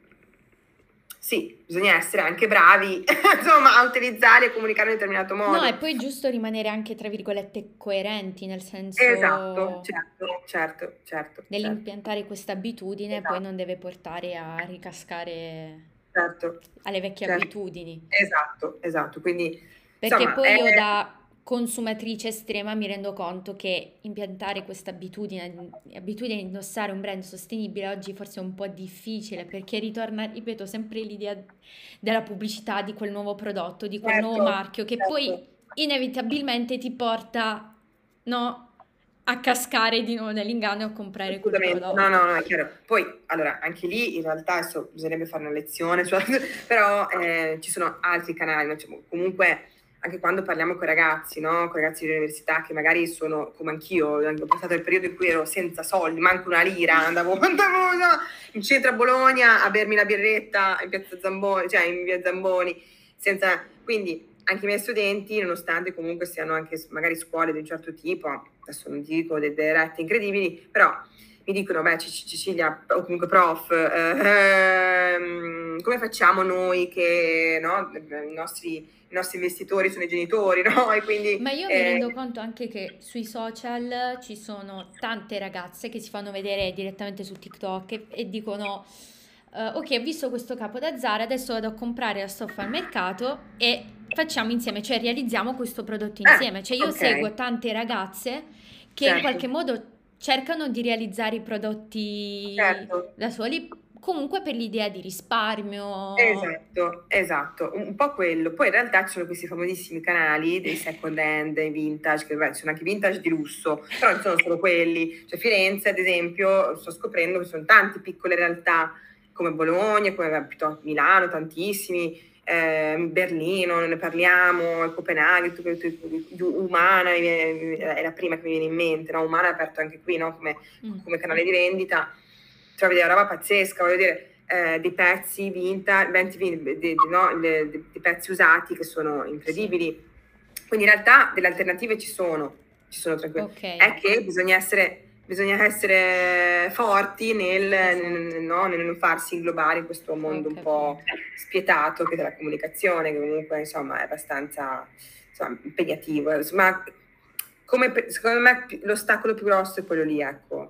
sì, bisogna essere anche bravi, insomma, a utilizzare e comunicare in un determinato no, e modo. poi è giusto rimanere anche, tra virgolette, coerenti, nel Esatto, senso certo, certo, certo, certo. nell'impiantare questa abitudine, poi non Esatto, deve portare a ricascare certo, alle vecchie certo. Esatto, abitudini. esatto. Quindi, Perché insomma, poi io da consumatrice estrema mi rendo conto che impiantare questa abitudine di indossare un brand sostenibile oggi forse è un po' difficile perché ritorna, ripeto, sempre l'idea della pubblicità di quel nuovo prodotto, di quel nuovo certo, marchio che poi certo. inevitabilmente ti porta, no, a cascare di nuovo nell'inganno e a comprare quel Assolutamente, no, prodotto. no, no, è chiaro. Poi, allora, anche lì in realtà adesso bisognerebbe fare una lezione, cioè, però ci sono altri canali, no? Cioè, comunque anche quando parliamo con i ragazzi, no? Con i ragazzi dell'università che magari sono come anch'io, ho passato il periodo in cui ero senza soldi, manco una lira, andavo no, in centro a Bologna a bermi la birretta in piazza Zamboni, cioè in via Zamboni, senza... Quindi anche i miei studenti, nonostante comunque siano anche magari scuole di un certo tipo, adesso non dico delle rette incredibili, però mi dicono, beh, Cecilia, o comunque prof, come facciamo noi che no, i nostri investitori sono i genitori, no? E quindi Ma io mi rendo conto anche che sui social ci sono tante ragazze che si fanno vedere direttamente su TikTok e dicono: Ok, ho visto questo capo da Zara, adesso vado a comprare la stoffa al mercato e facciamo insieme, cioè realizziamo questo prodotto insieme. Cioè io ok, seguo tante ragazze che in certo, qualche modo cercano di realizzare i prodotti certo. da soli, comunque per l'idea di risparmio. Esatto, esatto, un po' quello. Poi in realtà ci sono questi famosissimi canali dei second hand, dei vintage, che beh, ci sono anche vintage di lusso, però non sono solo quelli. Cioè Firenze, ad esempio, sto scoprendo che ci sono tante piccole realtà, come Bologna, come piuttosto Milano, tantissimi, Berlino, non ne parliamo, Copenaghen, Umana è la prima che mi viene in mente, no? Umana è aperto anche qui, no? Come canale di vendita, cioè vedere roba pazzesca, voglio dire, dei pezzi vintage, no? Dei pezzi usati che sono Sì, incredibili. Quindi in realtà delle alternative ci sono tranquillo. ok, È che bisogna essere forti esatto, no? Nel non farsi inglobare in questo ho mondo un po' capito. spietato che è della comunicazione, che comunque insomma è abbastanza insomma, impegnativo. Ma secondo me l'ostacolo più grosso è quello lì, ecco.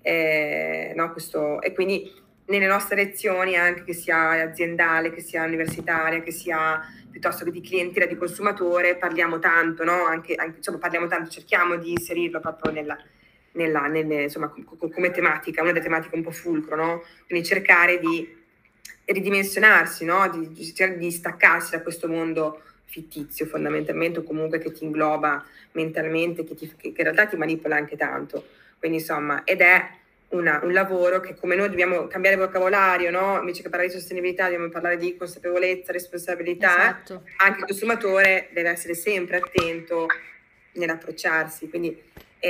No, e quindi nelle nostre lezioni, anche che sia aziendale, che sia universitaria, che sia piuttosto che di clientela di consumatore, parliamo tanto, no? Insomma, parliamo tanto, cerchiamo di inserirlo proprio insomma, come tematica, una delle tematiche un po' fulcro, no? Quindi cercare di ridimensionarsi, no? Di staccarsi da questo mondo fittizio fondamentalmente, o comunque che ti ingloba mentalmente, che in realtà ti manipola anche tanto. Quindi insomma, ed è un lavoro che come noi dobbiamo cambiare vocabolario, no? Invece che parlare di sostenibilità dobbiamo parlare di consapevolezza, responsabilità, Esatto. anche il consumatore deve essere sempre attento nell'approcciarsi. Quindi,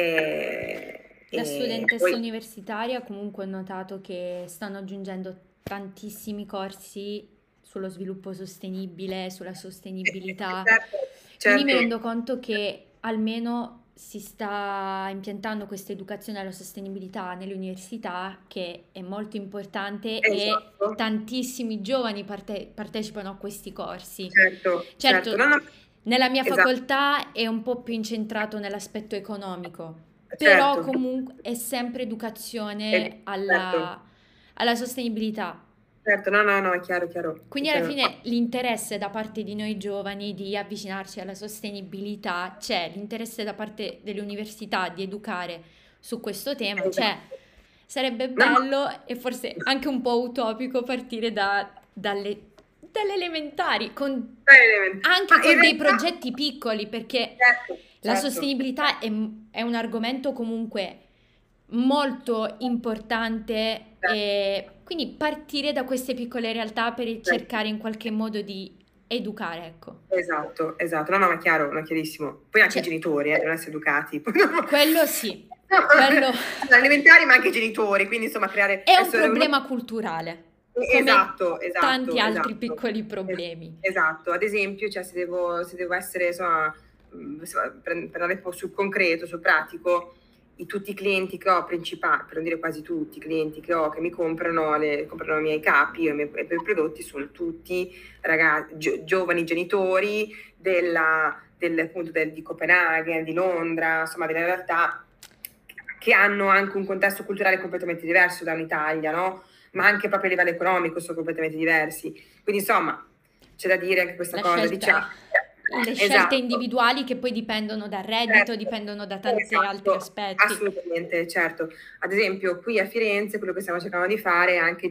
Da studentessa poi universitaria comunque ho notato che stanno aggiungendo tantissimi corsi sullo sviluppo sostenibile, sulla sostenibilità. certo, Quindi mi certo, rendo conto che almeno si sta impiantando questa educazione alla sostenibilità nelle università, che è molto importante e esatto, tantissimi giovani partecipano a questi corsi. certo, certo. Certo, No, no, Nella mia esatto, facoltà è un po' più incentrato nell'aspetto economico, però certo, comunque è sempre educazione certo, alla sostenibilità. certo, no, no, no, è chiaro, è Quindi alla chiaro. fine l'interesse da parte di noi giovani di avvicinarci alla sostenibilità c'è, l'interesse da parte delle università di educare su questo tema c'è. Esatto. Sarebbe No, no, bello e forse anche un po' utopico partire dalle elementari, anche ma in con dei realtà, progetti piccoli, perché certo, la certo, sostenibilità è un argomento comunque molto importante certo, e quindi partire da queste piccole realtà per certo. cercare in qualche modo di educare, ecco. Esatto, esatto. No, no, ma è chiaro, no, chiarissimo. Poi anche i Cioè, genitori, devono essere educati. quello sì, No, quello sono elementari, ma anche i genitori, quindi insomma creare... è un Adesso problema culturale, come esatto, tanti esatto, altri esatto. piccoli problemi. Esatto. Ad esempio, cioè, se devo essere, insomma, insomma, per andare un po' sul concreto, sul pratico, tutti i clienti che ho principali, per non dire quasi tutti i clienti che ho che mi comprano i miei capi o i miei prodotti, sono tutti ragazzi, giovani genitori appunto di Copenaghen, di Londra, insomma delle realtà che hanno anche un contesto culturale completamente diverso da un'Italia, no? Ma anche proprio a livello economico sono completamente diversi. Quindi insomma c'è da dire anche questa La cosa, scelta, diciamo. le scelte Esatto. individuali che poi dipendono dal reddito, Certo, dipendono da tanti altri esatto, aspetti. assolutamente, certo. Ad esempio, qui a Firenze quello che stiamo cercando di fare è anche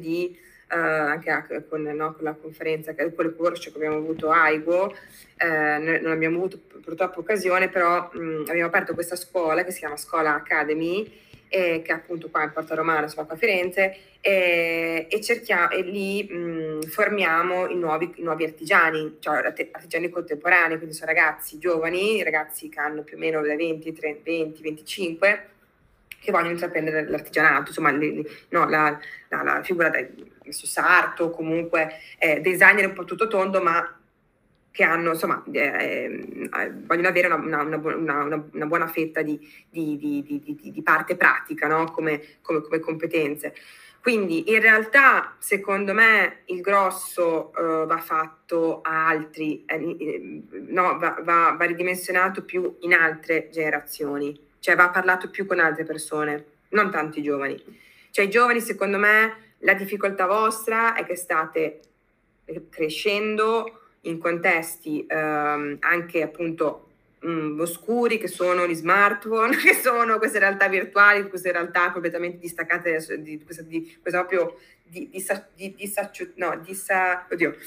con, no, con la conferenza, con il workshop che abbiamo avuto a AIGO, noi non abbiamo avuto purtroppo occasione, però abbiamo aperto questa scuola che si chiama Scuola Academy, che è appunto qua in Porta Romana, insomma qua a Firenze, e lì formiamo i nuovi artigiani, cioè artigiani contemporanei, quindi sono ragazzi giovani, ragazzi che hanno più o meno dai 20, 30, 20, 25, che vogliono intraprendere l'artigianato, insomma no, la figura del sarto, comunque designer un po' tutto tondo, ma che hanno, insomma, vogliono avere una buona fetta di parte pratica, no? Come competenze. Quindi in realtà, secondo me, il grosso va fatto a altri, no, va ridimensionato più in altre generazioni, cioè va parlato più con altre persone, non tanto i giovani. Cioè i giovani, secondo me, la difficoltà vostra è che state crescendo in contesti anche appunto oscuri, che sono gli smartphone, che sono queste realtà virtuali, queste realtà completamente distaccate questa proprio oddio,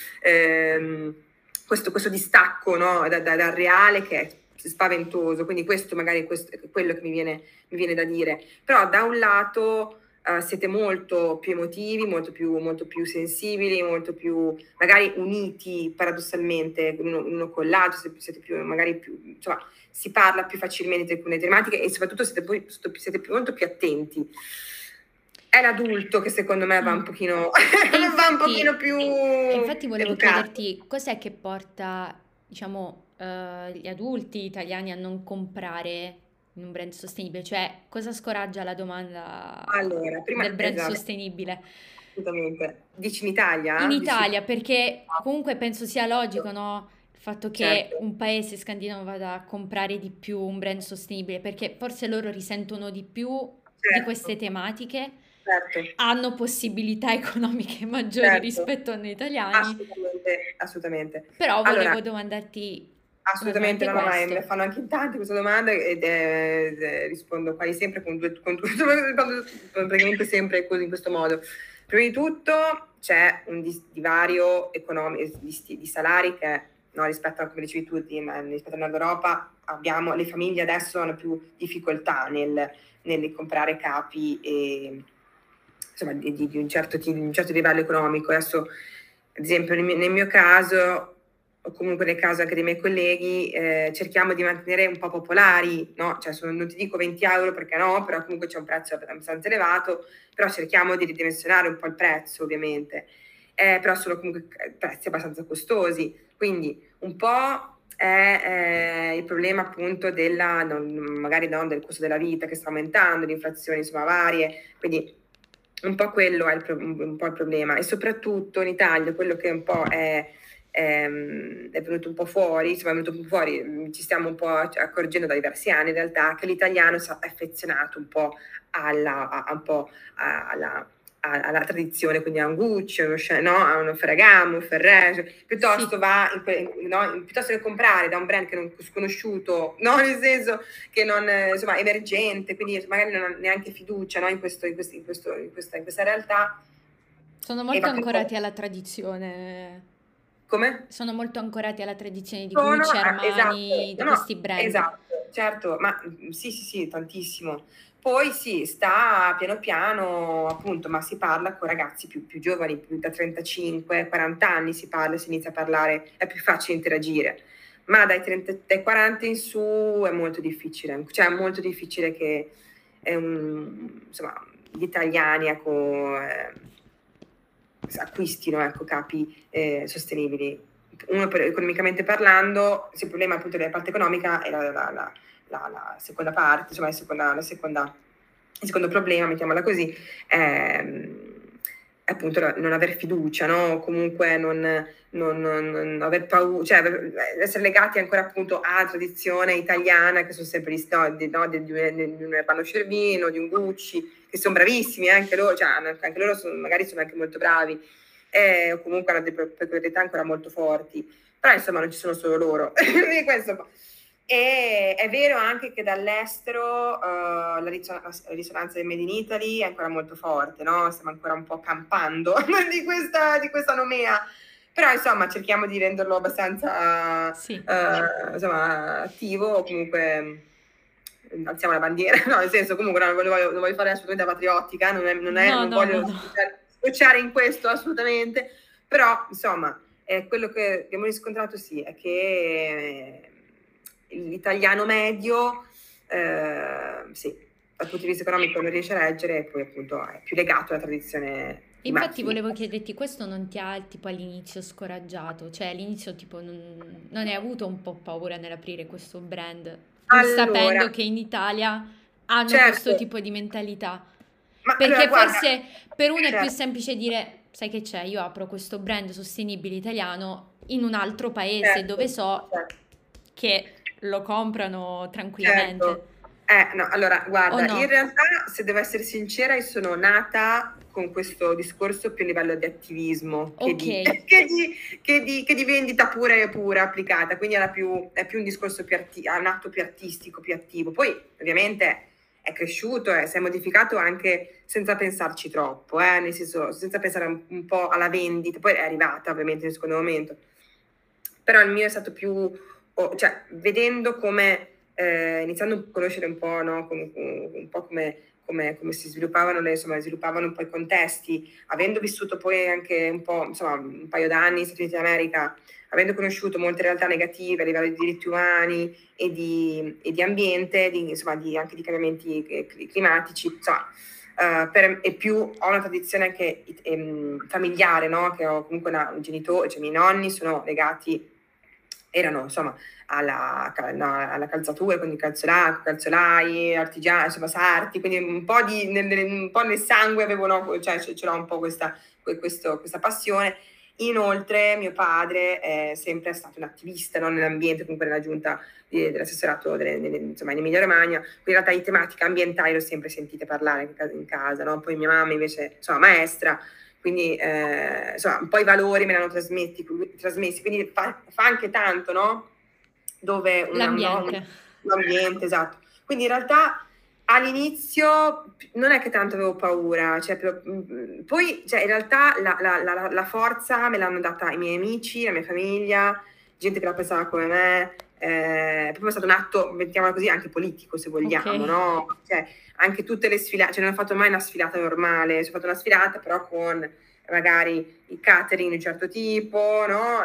questo distacco, no, dal reale, che è spaventoso. Quindi questo magari è quello che mi viene da dire. Però da un lato siete molto più emotivi, molto più sensibili, molto più magari uniti paradossalmente uno con l'altro, siete più, magari più, insomma, si parla più facilmente di alcune tematiche e soprattutto siete molto più attenti. È l'adulto che secondo me va Mm. un pochino, E va un pochino più infatti volevo educato. chiederti cos'è che porta, diciamo, gli adulti italiani a non comprare in un brand sostenibile, cioè cosa scoraggia la domanda Allora, del prima, brand esatto, sostenibile? assolutamente. Dici in In Italia? Dici... Italia, perché comunque penso sia logico, no? Il fatto che Certo, un paese scandinavo vada a comprare di più un brand sostenibile, perché forse loro risentono di più di queste certo, tematiche, certo, hanno possibilità economiche maggiori certo. rispetto a noi italiani, Assolutamente, assolutamente. però Allora, volevo domandarti assolutamente naturalmente no, no, ma me questo. la fanno anche in tanti questa domanda rispondo quasi sempre rispondo praticamente sempre così in questo modo. Prima di tutto c'è un divario economico di salari che no, rispetto a come dicevi tu, rispetto al Nord Europa le famiglie adesso hanno più difficoltà nel comprare capi e, insomma, di un certo livello economico. Adesso, ad esempio, nel mio caso, o comunque nel caso anche dei miei colleghi, cerchiamo di mantenere un po' popolari, no? Cioè, non ti dico 20 euro perché no, però comunque c'è un prezzo abbastanza elevato, però cerchiamo di ridimensionare un po' il prezzo, ovviamente. Però sono comunque prezzi abbastanza costosi, quindi un po' è il problema appunto magari non del costo della vita che sta aumentando, di inflazioni insomma varie, quindi un po' quello è un po' il problema. E soprattutto in Italia quello che un po' è è venuto un po' fuori, insomma, è venuto un po' fuori, ci stiamo un po' accorgendo da diversi anni in realtà che l'italiano si è affezionato un po' un po' alla tradizione, quindi a un Gucci, no? A uno Ferragamo, un Ferré, cioè, piuttosto Sì. va piuttosto che comprare da un brand che non sconosciuto, no? Nel senso che non insomma emergente, quindi magari non ha neanche fiducia, no? in questa realtà. Sono E molto va più ancorati alla tradizione. come? Sono molto ancorati alla tradizione di Sono, Gucci, esatto, Armani, di no, no, questi brand. esatto, certo, ma sì, sì, sì, tantissimo. Poi sì, sta piano piano, appunto, ma si parla con ragazzi più giovani, più da 35, 40 anni si parla, si inizia a parlare, è più facile interagire. Ma dai 30, dai 40 in su è molto difficile, cioè è molto difficile che insomma, gli italiani ecco, acquistino ecco, capi sostenibili. Economicamente parlando, se il problema appunto della parte economica è la seconda parte, insomma il secondo problema, mettiamola così, è appunto non aver fiducia, no? Comunque non aver paura, cioè essere legati ancora appunto alla tradizione italiana, che sono sempre gli di un Urbano Cervino, di un Gucci, che sono bravissimi anche loro, cioè anche loro magari sono anche molto bravi, o comunque hanno delle peculiarità ancora molto forti, però insomma non ci sono solo loro. E è vero anche che dall'estero la risonanza del Made in Italy è ancora molto forte, no? Stiamo ancora un po' campando di questa nomea, però insomma cerchiamo di renderlo abbastanza Sì. insomma, attivo, o comunque alziamo la bandiera, no, nel senso comunque non voglio fare assolutamente la patriottica, No, non no, no, voglio no. scocciare in questo assolutamente, però insomma quello che abbiamo riscontrato sì è che l'italiano medio sì, dal punto di vista economico non riesce a reggere e poi appunto è più legato alla tradizione di Infatti marchi. volevo chiederti, questo non ti ha tipo all'inizio scoraggiato? Cioè all'inizio tipo non hai avuto un po' paura nell'aprire questo brand, pur Allora, sapendo che in Italia hanno questo certo, tipo di mentalità? ma allora Perché guarda, forse per uno è più certo, semplice dire, sai che c'è, io apro questo brand sostenibile italiano in un altro paese certo, dove so certo. che lo comprano Certo. tranquillamente. No, allora, O guarda, in no? realtà, se devo essere sincera, io sono nata con questo discorso più a livello di attivismo che Ok, di, che di vendita pura applicata, quindi è più un discorso ha un atto più artistico, più attivo. Poi, ovviamente, è cresciuto e si è modificato anche senza pensarci troppo, nel senso, senza pensare un po' alla vendita, poi è arrivata ovviamente nel secondo momento. Però il mio è stato più, cioè, vedendo come iniziando a conoscere un po', no, un po' come si sviluppavano, insomma, sviluppavano un po' i contesti, avendo vissuto poi anche un po', insomma, un paio d'anni negli Stati Uniti d'America, avendo conosciuto molte realtà negative a livello di diritti umani e di ambiente, insomma, anche di cambiamenti climatici, insomma, e più ho una tradizione anche familiare, no? Che ho comunque un genitore, cioè i miei nonni sono legati, erano insomma alla calzatura, quindi calzolai, artigiani, insomma sarti, quindi un po', un po' nel sangue avevo, no? Cioè ce l'ho un po' questa passione. Inoltre mio padre è sempre stato un attivista, no? Nell'ambiente, comunque nella giunta dell'assessorato insomma, in Emilia Romagna, quindi in realtà di tematiche ambientali l'ho sempre sentite parlare in casa, no? Poi mia mamma invece, insomma, maestra, quindi insomma un po' i valori me li hanno trasmessi, quindi fa anche tanto, no? Dove l'ambiente. l'ambiente, esatto. Quindi in realtà all'inizio non è che tanto avevo paura, cioè, poi cioè, in realtà la forza me l'hanno data i miei amici, la mia famiglia, gente che la pensava come me, è proprio stato un atto, mettiamola così, anche politico se Ok. vogliamo, no? Cioè, anche tutte le sfilate, cioè non ho fatto mai una sfilata normale, ho fatto una sfilata però con magari il catering di un certo tipo, no?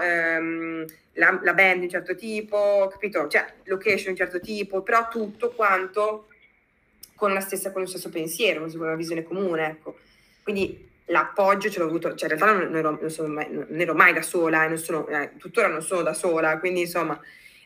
La band di un certo tipo, capito? Cioè, location di un certo tipo, però tutto quanto con lo stesso pensiero, con una visione comune, ecco. Quindi l'appoggio ce l'ho avuto, cioè in realtà non ero mai da sola, tuttora non sono da sola, quindi insomma...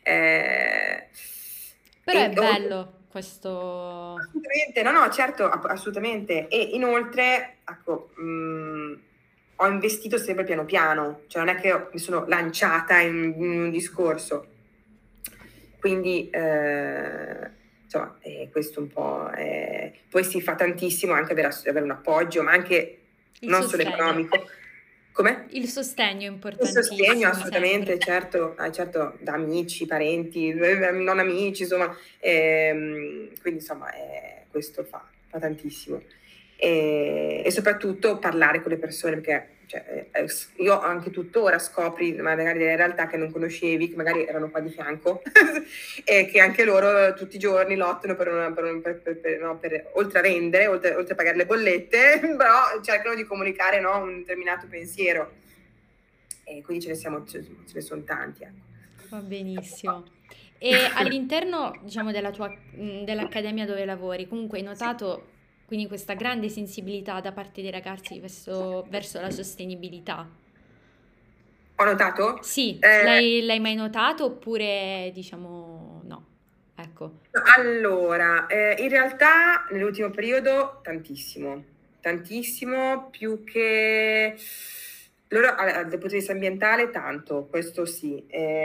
Però è bello questo... assolutamente, no, no, certo, assolutamente. E inoltre, ecco, ho investito sempre piano piano, cioè non è che mi sono lanciata in un discorso. Quindi, insomma, questo un po'. Poi si fa tantissimo anche avere un appoggio, ma anche non solo economico. Come? Il sostegno è Il importantissimo. sostegno, assolutamente, sempre. certo, da amici, parenti, non amici, insomma, quindi insomma questo fa tantissimo. E soprattutto parlare con le persone, perché cioè, io anche tuttora scopri magari delle realtà che non conoscevi, che magari erano qua di fianco e che anche loro tutti i giorni lottano per oltre a vendere, oltre a pagare le bollette, però cercano di comunicare, no, un determinato pensiero. E quindi ce ne sono tanti, ecco. Va benissimo. E all'interno, diciamo, dell'accademia dove lavori, comunque hai notato quindi questa grande sensibilità da parte dei ragazzi verso la sostenibilità? Ho notato? Sì, l'hai mai notato oppure diciamo no? Ecco. Allora, in realtà nell'ultimo periodo tantissimo, più che loro dal punto di vista ambientale tanto, questo sì.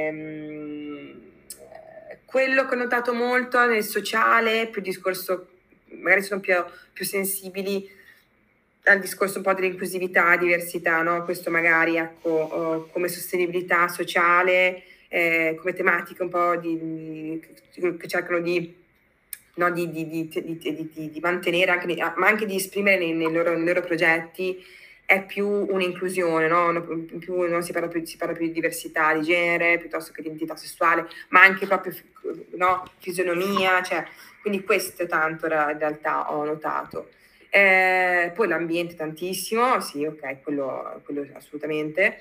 Quello che ho notato molto nel sociale, più discorso, magari sono più sensibili al discorso un po' dell'inclusività, diversità, no? Questo magari, ecco, come sostenibilità sociale, come tematiche un po' che cercano di, no, di mantenere, ma anche di esprimere nei loro progetti, è più un'inclusione, no? Più, non si parla più di diversità di genere, piuttosto che di identità sessuale, ma anche proprio, no, fisionomia, cioè, quindi questo tanto in realtà ho notato. Poi l'ambiente tantissimo, sì, ok, quello assolutamente.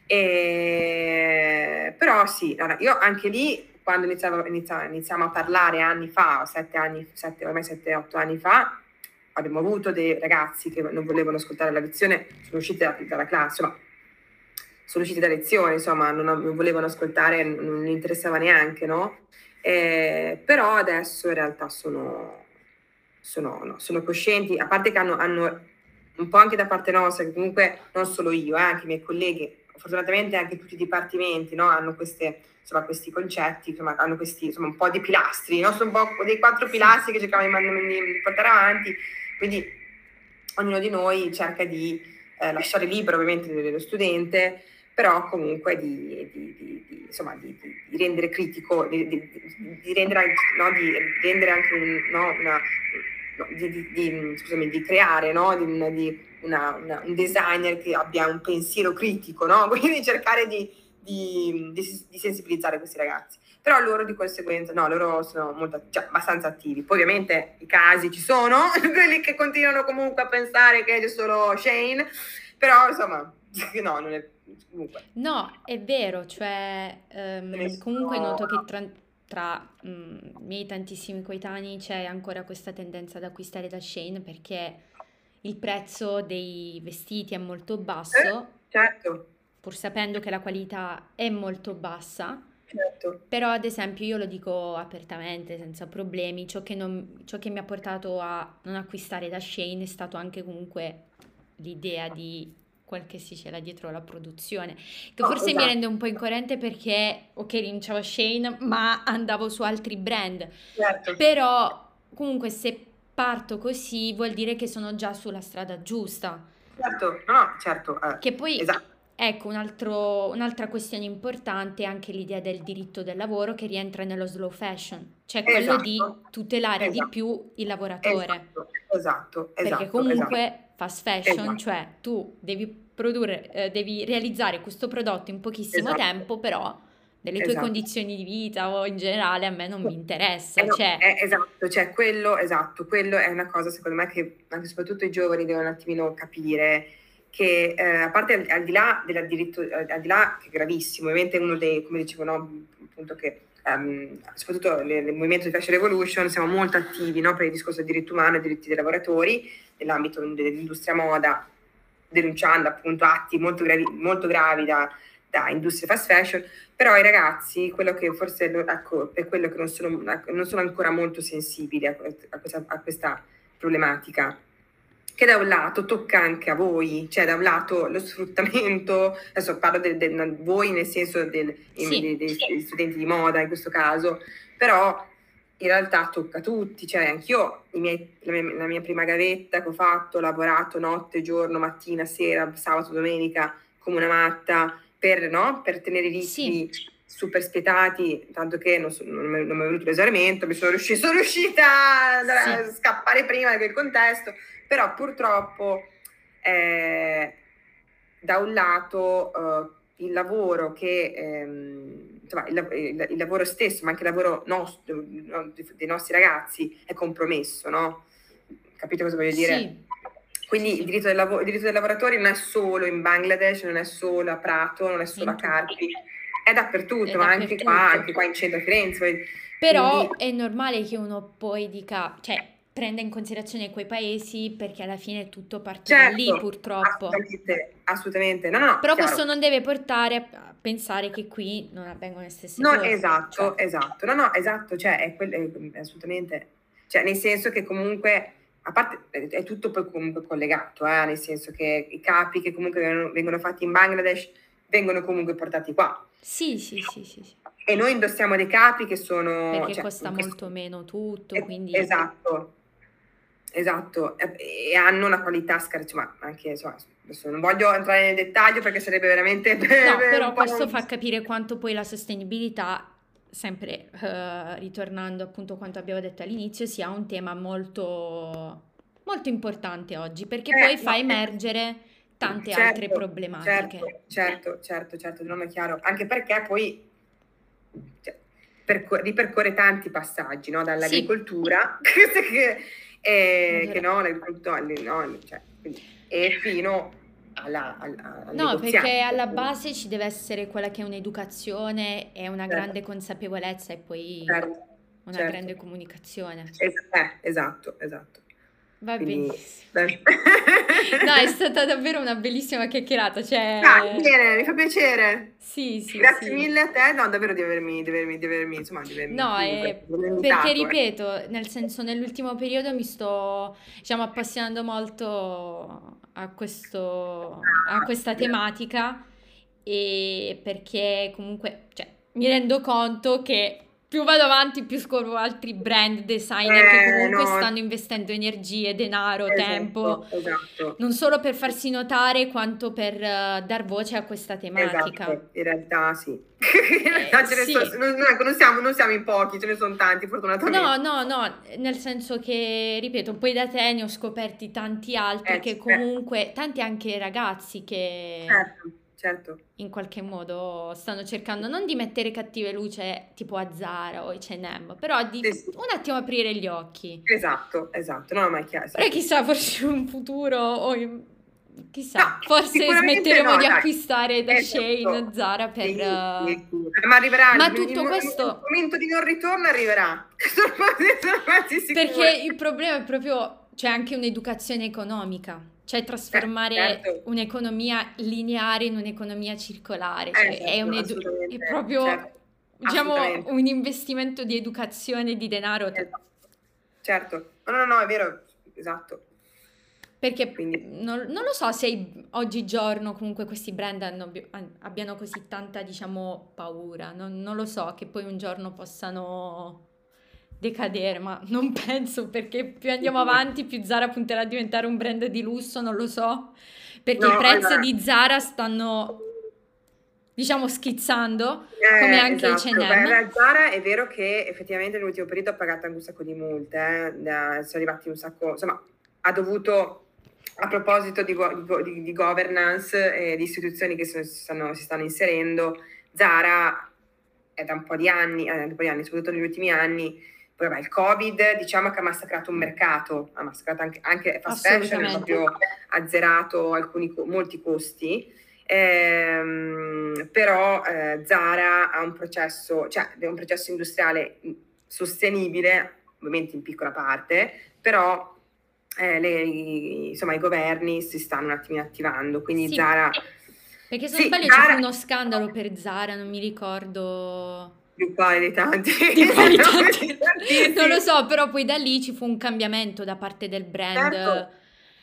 Però sì, allora, io anche lì, quando iniziamo a parlare anni fa, 7-8 anni fa, abbiamo avuto dei ragazzi che non volevano ascoltare la lezione, sono usciti dalla classe, ma sono usciti da lezione, insomma, non volevano ascoltare, non gli interessava neanche, no? Però adesso in realtà sono coscienti, a parte che hanno un po' anche da parte nostra, che comunque non solo io, anche i miei colleghi, fortunatamente anche tutti i dipartimenti, no, hanno questi concetti, insomma, hanno questi, insomma, un po' di pilastri, no? Sono un po' dei 4 pilastri che cercavamo di portare avanti, quindi ognuno di noi cerca di lasciare libero ovviamente dello studente, però comunque insomma, di rendere critico, di rendere, no, di rendere anche scusami, di creare, no, un designer che abbia un pensiero critico, no? Quindi cercare di sensibilizzare questi ragazzi. Però loro di conseguenza, no, loro sono abbastanza attivi. Poi ovviamente i casi ci sono, quelli che continuano comunque a pensare che è solo Shane, però insomma, no, non è comunque. No, è vero, cioè comunque noto che tra i miei tantissimi coetanei c'è ancora questa tendenza ad acquistare da Shein perché il prezzo dei vestiti è molto basso, Certo, pur sapendo che la qualità è molto bassa, certo. però ad esempio io lo dico apertamente, senza problemi, ciò che mi ha portato a non acquistare da Shein è stato anche comunque l'idea di quel che si c'era dietro la produzione, che forse mi Esatto. rende un po' incoerente perché, ok, rinunciavo a Shein, ma andavo su altri brand, Certo. però comunque se parto così vuol dire che sono già sulla strada giusta. Certo, no, certo, Che poi, esatto. ecco, un'altra questione importante è anche l'idea del diritto del lavoro che rientra nello slow fashion, cioè quello di Esatto, tutelare di esatto, più il lavoratore. Perché esatto. comunque fast fashion, Esatto, cioè tu devi produrre, devi realizzare questo prodotto in pochissimo esatto, tempo, però delle tue esatto. condizioni di vita o in generale a me non mi interessa, No, cioè esatto, cioè quello è una cosa secondo me che anche soprattutto i giovani devono un attimino capire che a parte al di là del diritto, al di là che è gravissimo, ovviamente uno dei, come dicevo, no, appunto che soprattutto nel movimento di Fashion Revolution siamo molto attivi, no, per il discorso del diritto umano e dei diritti dei lavoratori nell'ambito dell'industria moda, denunciando appunto atti molto gravi da industria fast fashion, però i ragazzi, quello che forse ecco, è quello che non sono ancora molto sensibili a questa problematica. che da un lato tocca anche a voi, cioè da un lato lo sfruttamento, adesso parlo voi nel senso Sì, degli studenti di moda in questo caso, però in realtà tocca a tutti, cioè anch'io la mia prima gavetta che ho fatto, ho lavorato notte, giorno, mattina, sera, sabato, domenica come una matta per tenere i sì, ritmi super spietati, tanto che non mi è venuto l'esaurimento, sono riuscita a sì, scappare prima del contesto, però purtroppo da un lato il lavoro insomma, il lavoro stesso, ma anche il lavoro nostro, dei nostri ragazzi è compromesso, no? Capite cosa voglio dire? sì, sì, Quindi sì, il diritto dei lavoratori non è solo in Bangladesh, non è solo a Prato, non è è solo in a tutto, Carpi, è è dappertutto, ma dappertutto. anche qua in centro a Firenze. Quindi Però è normale che uno poi dica, cioè, prenda in considerazione quei paesi perché alla fine tutto parte da lì, certo, purtroppo. assolutamente, assolutamente, no, no, no, Però questo chiaro. non deve portare a pensare che qui non avvengono le stesse No, cose. Cioè, esatto, esatto, no, no, esatto, cioè è assolutamente, cioè nel senso che comunque, a parte, è tutto poi comunque collegato, nel senso che i capi che comunque vengono fatti in Bangladesh vengono comunque portati qua. sì, sì, sì, sì, sì. E noi indossiamo dei capi che sono, Perché cioè, costa molto meno tutto, quindi... esatto, esatto, e hanno una qualità scarsa, ma anche, insomma, adesso non voglio entrare nel dettaglio perché sarebbe veramente No, un però po' questo fa capire quanto poi la sostenibilità, sempre ritornando appunto a quanto abbiamo detto all'inizio, sia un tema molto, molto importante oggi, perché poi fa no, emergere tante altre certo, certo, problematiche. certo, certo, certo, non è chiaro, anche perché poi cioè, ripercorre tanti passaggi, no? Sì, Dall'agricoltura che allora, no, l'agricoltura, no, cioè, e fino al no, perché negoziato. alla base ci deve essere quella che è un'educazione e una Certo, grande consapevolezza e poi certo, una certo. grande comunicazione. Esatto, esatto. Va Quindi, benissimo. dai. No, è stata davvero una bellissima chiacchierata, Dai, cioè... bene, mi fa piacere. Sì, sì, Grazie sì. mille a te, no, davvero insomma, di avermi No, qui, per è avermi perché invitato. ripeto, nel senso, nell'ultimo periodo mi sto, diciamo, appassionando molto a questa tematica e perché comunque, cioè, mi rendo conto che più vado avanti, più scopro altri brand designer che comunque No, stanno investendo energie, denaro, tempo, esatto, esatto, non solo per farsi notare, quanto per dar voce a questa tematica. esatto, in realtà sì. In realtà ce ne sono, Sì. ecco, non siamo in pochi, ce ne sono tanti, No, fortunatamente. no, no, nel senso che, ripeto, poi da te ne ho scoperti tanti altri che comunque, tanti anche ragazzi che certo, certo. in qualche modo stanno cercando non di mettere cattive luce tipo a Zara o H&M, però di Sì, sì, un attimo aprire gli occhi. esatto, esatto. No, ma è chiaro, sì, Ora sì, sì. chissà, forse in un futuro No, chissà, forse sicuramente smetteremo no, di dai. acquistare da Shein, Esatto. Zara per... Sì, sì, sì. Ma arriverà, Ma tutto il questo momento di non ritorno arriverà. Sono quasi perché sicura. il problema è proprio, c'è anche un'educazione economica, cioè trasformare Certo, un'economia lineare in un'economia circolare, cioè è, certo, è assolutamente, proprio, certo, diciamo, assolutamente. un investimento di educazione di denaro. Esatto. Certo, no, no, no, è vero, esatto. Perché Quindi, non lo so se oggigiorno comunque questi brand abbiano così tanta, diciamo, paura. Non lo so che poi un giorno possano decadere, ma non penso perché più andiamo avanti, più Zara punterà a diventare un brand di lusso, non lo so. Perché i no, prezzi allora, di Zara stanno, diciamo, schizzando, come anche esatto. Beh, H&M. la Zara è vero che effettivamente nell'ultimo periodo ha pagato anche un sacco di multe, sono arrivati un sacco, insomma, ha dovuto, a proposito di governance e di istituzioni che si stanno inserendo, Zara è da un po' di anni, soprattutto negli ultimi anni, poi vabbè, il Covid diciamo che ha massacrato un mercato, ha massacrato anche fast fashion, ha Assolutamente. proprio azzerato molti costi. Però Zara ha un processo, cioè è un processo industriale sostenibile, ovviamente in piccola parte, però insomma, i governi si stanno un attimino attivando, quindi Sì, Zara, perché se non sì, sbaglio ci fu Zara uno scandalo per Zara, non mi ricordo più quale dei tanti, di quali tanti. Non lo tantissimi. so, però poi da lì ci fu un cambiamento da parte del Certo, brand.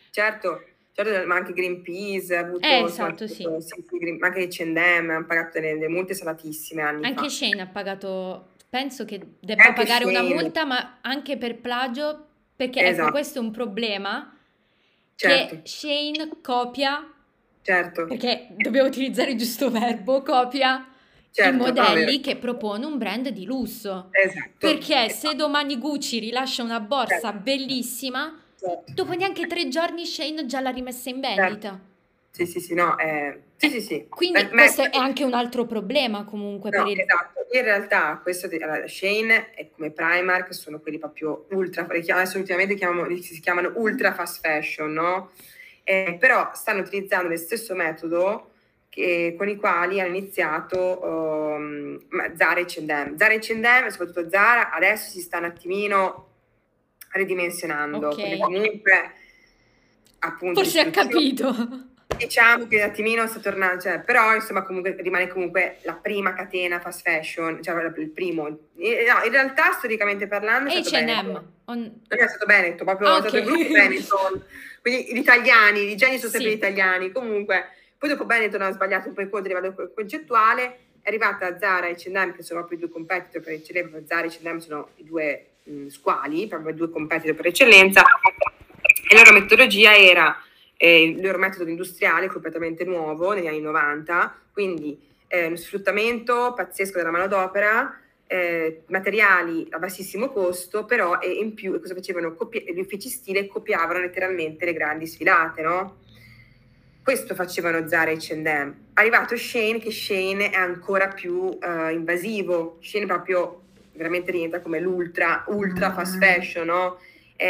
Certo, certo, ma anche Greenpeace ha avuto, insomma, Esatto, sì. ma anche H&M hanno pagato delle multe salatissime anni Anche fa. Shane ha pagato, penso che E debba anche pagare una Shane, multa, ma anche per plagio, perché ecco, esatto, questo è un problema che certo, Shane copia, certo, perché dobbiamo utilizzare il giusto verbo, copia i certo, no, vero, modelli che propone un brand di lusso. esatto, Perché se esatto, domani Gucci rilascia una borsa certo, bellissima, certo, dopo neanche 3 giorni Shane già l'ha rimessa in certo. vendita. Sì, sì, sì, no, sì, sì, sì. Quindi questo è anche un altro problema comunque per No, il... esatto. In realtà allora, Shane e come Primark sono quelli proprio ultra, adesso ultimamente si chiamano ultra fast fashion, no? Però stanno utilizzando lo stesso metodo con i quali hanno iniziato Zara e H&M. Zara e H&M, soprattutto Zara, adesso si sta un attimino ridimensionando, Ok, perché comunque appunto forse ha l'istruzione, capito. diciamo che un attimino sta tornando, cioè, però insomma comunque rimane comunque la prima catena fast fashion, cioè il primo. No, in realtà storicamente parlando è stato Benetton. H&M. Non è stato Benetton, proprio Ah, è ok. stato il gruppo Benetton, quindi gli italiani, i geni sono sempre gli Sì, italiani. Comunque, poi dopo Benetton ha sbagliato un po' i conti a livello concettuale, è arrivata Zara e H&M, che sono proprio i due competitor per eccellenza. Zara e H&M sono i due squali, proprio i due competitor per eccellenza, e la loro metodologia era il loro metodo industriale completamente nuovo negli anni 90, quindi uno sfruttamento pazzesco della manodopera, materiali a bassissimo costo, però in più cosa facevano? Gli uffici stile copiavano letteralmente le grandi sfilate, no? Questo facevano Zara e H&M. Arrivato Shane, che Shane è ancora più invasivo, Shane proprio veramente rientra come ultra fast fashion, no?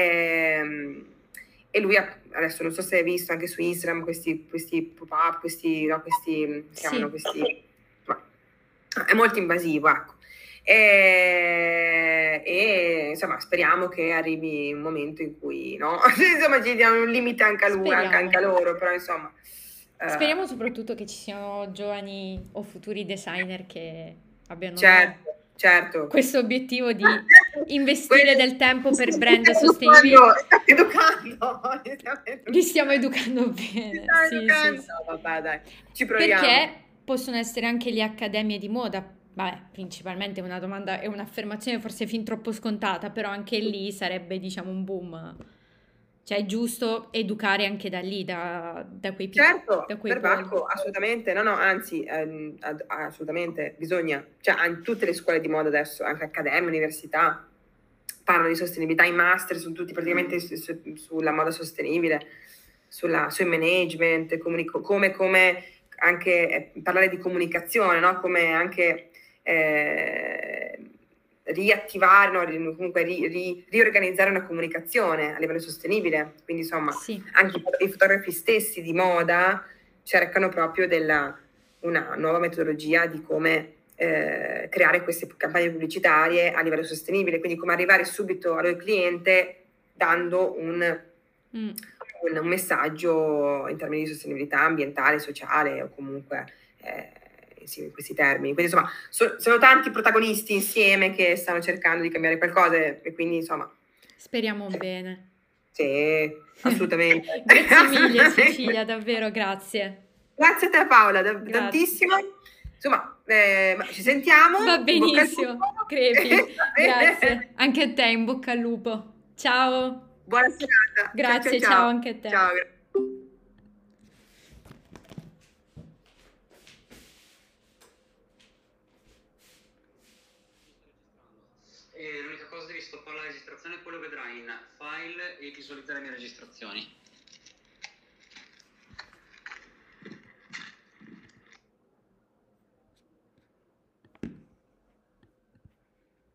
E lui adesso non so se hai visto anche su Instagram questi pop-up, no, si chiamano sì. questi, ma è molto invasivo, ecco. Insomma speriamo che arrivi un momento in cui no? Insomma ci diamo un limite anche Speriamo. a loro, però insomma Speriamo soprattutto che ci siano giovani o futuri designer che abbiano, no, certo, certo. questo obiettivo di investire Quelli- del tempo per Stiamo brand sostenibili. educando, Li stiamo educando Ci bene. stiamo Sì, sì, educando. sì. No, vabbè, dai, ci proviamo. Perché possono essere anche le accademie di moda. Vabbè, principalmente è una domanda, è un'affermazione forse fin troppo scontata, però anche lì sarebbe, diciamo, un boom. Cioè è giusto educare anche da lì, da quei da Certo, quei poli. perbacco, assolutamente, no, no, anzi, assolutamente bisogna, cioè in tutte le scuole di moda adesso, anche accademie, università, parlano di sostenibilità, i master sono tutti praticamente sulla moda sostenibile, sul management, come anche parlare di comunicazione, no? Come anche riattivare, no? Comunque riorganizzare una comunicazione a livello sostenibile, quindi insomma Sì. anche i fotografi stessi di moda cercano proprio una nuova metodologia di come creare queste campagne pubblicitarie a livello sostenibile, quindi come arrivare subito al cliente dando un messaggio in termini di sostenibilità ambientale, sociale o comunque sì, in questi termini. Quindi insomma sono tanti protagonisti insieme che stanno cercando di cambiare qualcosa e quindi insomma Speriamo bene. sì, assolutamente. Grazie mille Assolutamente. Cecilia, davvero grazie. Grazie a te Paola, Grazie. tantissimo. Insomma, ci sentiamo, Va in bocca al benissimo, lupo. crepi. Va bene. Grazie. Anche a te, in bocca al lupo. Ciao. Buona serata. Ciao ciao Grazie, ciao ciao. anche a te. Ciao. E l'unica cosa devi stoppare la registrazione, poi lo vedrai in file e visualizzare le mie registrazioni.